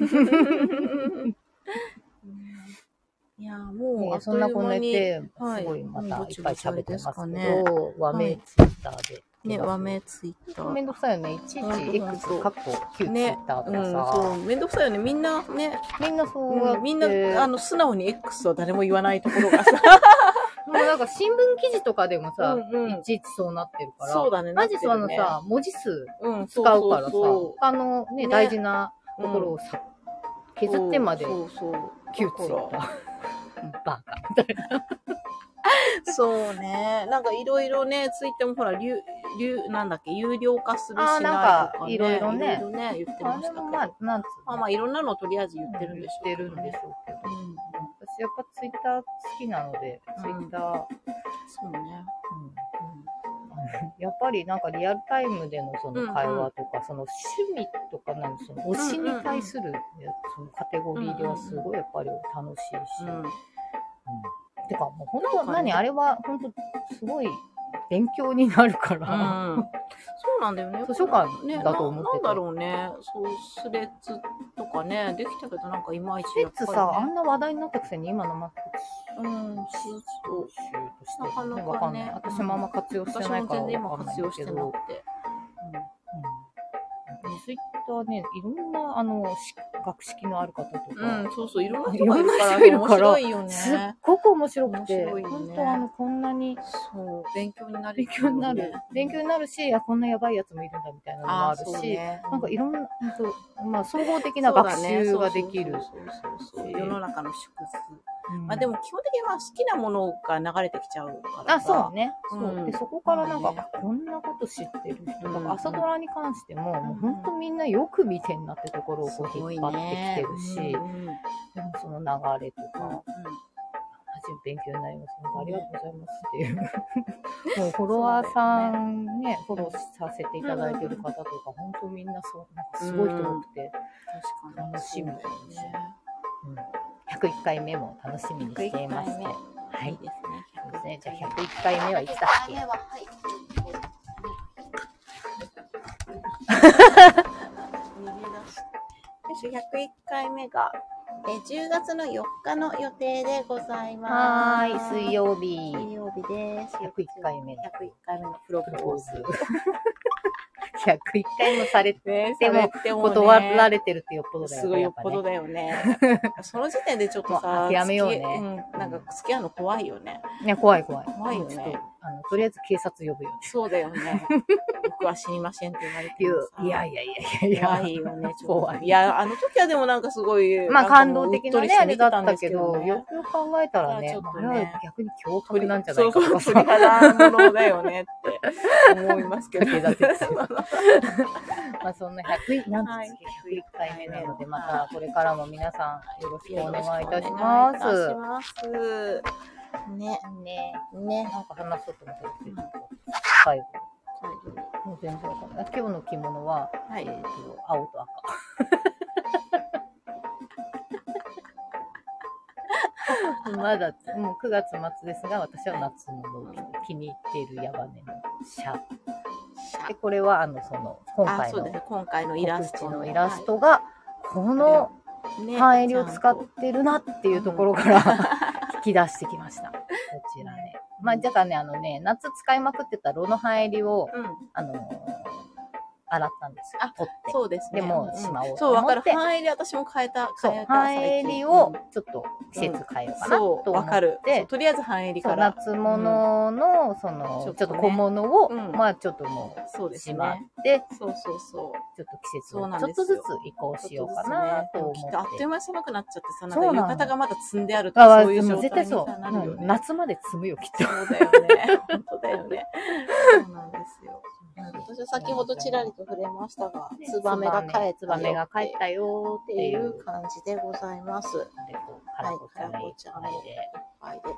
いや、もう、 そんなこんな言って、すごいまたいっぱい喋ってますけど、和名ツイッターで。 ね、和名ツイッター。 めんどくさいよね。いちいち X、かっこ旧ツイッターとかさ。 そう、めんどくさいよね。みんなね。 みんなそうやって。 みんな、あの、素直に X は誰も言わないところがさ。 もうなんか新聞記事とかでもさ、いちいちそうなってるから。 そうだね。 マジそのさ、文字数使うからさ、他のね、大事なところをさ、削ってまで、旧ツイッター。バカみたいな。 そうね。なんかいろいろね、ツイッターもほら、流、流、なんだっけ、有料化するしないとか、ね。 なんか、いろいろね。 いろいろね、言ってましたけど。 まあ、なんつうまあまあ、いろんなのとりあえず言ってるんでしょうけど。言ってるんでしょうけど。私やっぱツイッター好きなので、ツイッター。 そうね。 やっぱりなんかリアルタイムでのその会話とか、その趣味とかなんその推しに対するそのカテゴリーではすごいやっぱり楽しいし。てかもう本当何あれは本当すごい勉強になるから。 そうなんだよね。 図書館だと思ってて。なんだろうね。そう、スレッズとかね、できたけどなんかいまいち。 スレッズさ、あんな話題になったくせに今のマックス。うん、そうそう。 なかなかね。私もあんま活用してないから全然今活用してなくて。 ツイッターね、いろんな、あの、学識のある方とか。 うん、そうそう、いろんな人がいるから、面白いよね。 すっごく面白くて、本当あの、こんなに、 そう、勉強になる。 勉強になる。勉強になるし、こんなやばいやつもいるんだみたいなのもあるし、なんかいろんな、まあ、総合的な学習ができる。 世の中の縮図。まあでも基本的には好きなものが流れてきちゃうから。 あ、そうね。そう。で、そこからなんか、こんなこと知ってる人とか、朝ドラに関しても、もう本当みんなよく見てんなってところをこう引っ張ってきてるし、でもその流れとか、マジ勉強になります。ありがとうございますっていう。もうフォロワーさんね、フォローさせていただいてる方とか、本当みんなそう、なんかすごい人多くて、楽しみだよね。ひゃくいっかいめも楽しみにしていまして。はい。いいですね。じゃあひゃくいっかいめはいつだっけ？ ひゃくいっかいめがじゅうがつのよっかの予定でございます。 はい、水曜日。 水曜日です。 ひゃくいっかいめ。 ひゃくいっかいめのプロポーズ。 ひゃくいっかいもされても断られてるってよっぽどだよね。 すごいよっぽどだよね。その時点でちょっとさ、 諦めようね。 なんか付き合うの怖いよね。 ね、怖い怖い。 怖いよね。 あの、とりあえず警察呼ぶよね。 そうだよね。僕は死にませんって言われてる。 いやいやいやいや。 怖いよね、ちょっと。いや、あの時はでもなんかすごい。 まあ感動的なね、あれだったけど、よくよく考えたらね、逆に脅迫なんじゃないかとかさ。 鳥肌ものだよねって思いますけど。 まあそんなひゃくいっかいめなので、またこれからも皆さんよろしくお願いいたします。 お願いいたします。ね、 ね、ね、なんか話そうと思ったけど、最後。最後に。もう全然わかんない。今日の着物は、はい、えっと、青と赤。まだ、もうくがつ末ですが、私は夏物を着て気に入っている矢羽根のシャ。で、これは、あの、その、今回の、ね、 今回のイラストのイラストが、この、半襟を使ってるなっていうところから引き出してきました。こちらね。まあ、だからね、あのね、夏使いまくってたロの半襟を、うん、あのー、 洗ったんですよ。取って。 そうですね。 でも、しまおうと思って。 そう、わかる。半襟私も変えた。 そう、半襟をちょっと季節変えようかなと思って。 わかる。とりあえず半襟から。 夏物の、その、ちょっと小物を、まあちょっともう、しまって、 そうそうそう。 ちょっと季節をちょっとずつ移行しようかなと思って。 あっという間に寒くなっちゃってさ、なんか浴衣がまだ積んであるとか、そういう状態になるよね。 夏まで積むよ、きっと。 そうだよね。本当だよね。そうなんですよ。私は先ほどちらりと触れましたが、ツバメが帰ったよ。 ツバメが帰ったよっていう感じでございます。はい、 カラコちゃんがいっぱいで。 いっぱいで。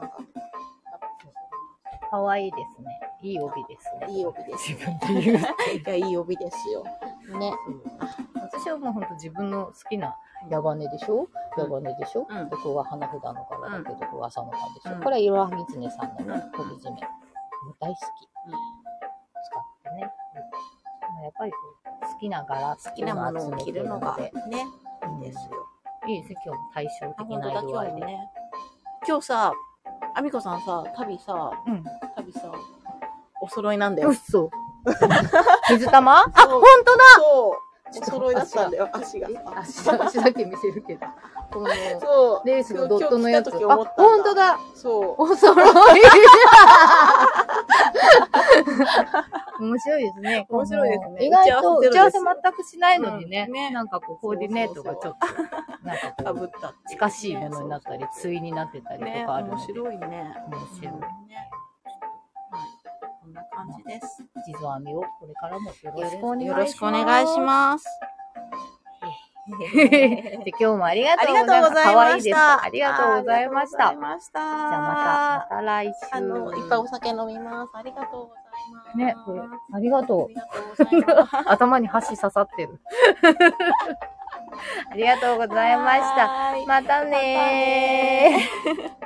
かわいいですね。いい帯ですね。 いい帯です。 自分で言う。 いや、いい帯ですよ。ね。 私はもう本当自分の好きな矢羽でしょ矢羽でしょ、うん、で、ここは花札の柄だけど、ここは朝の葉でしょ、うん、これは色はぎつねさんのね、帯締め。もう大好き。うん、使ってね。やっぱり好きな柄、 好きなものを着るのがね、いいですよ。 いいですね、今日も対照的な色合いで。 ね、今日さ、あみこさんさ、旅さ、 うん、 旅さ、お揃いなんだよ。 そう。水玉あ、ほんとだそう。お揃いだったんだよ、足が。 足、足だけ見せるけど。 このそう。 レースのドットのやつ。 あ、 ほんとだ。 そう。 お揃い。面白いですね。 面白いですね。 意外と打ち合わせ全くしないのにね。なんかこう、コーディネートがちょっと、なんかこう、近しいものになったり、対になってたりとかあるので。 面白いね。 面白い。 こんな感じです。 地蔵編みをこれからもよろしくお願いします。 よろしくお願いします。 で今日もありがとうございました。可愛いです。ありがとうございました。じゃあまた、また来週。 あの、いっぱいお酒飲みます。ありがとうございます。 ね、これ、ありがとう。ありがとうございます。頭に箸刺さってる。ありがとうございました。またねー。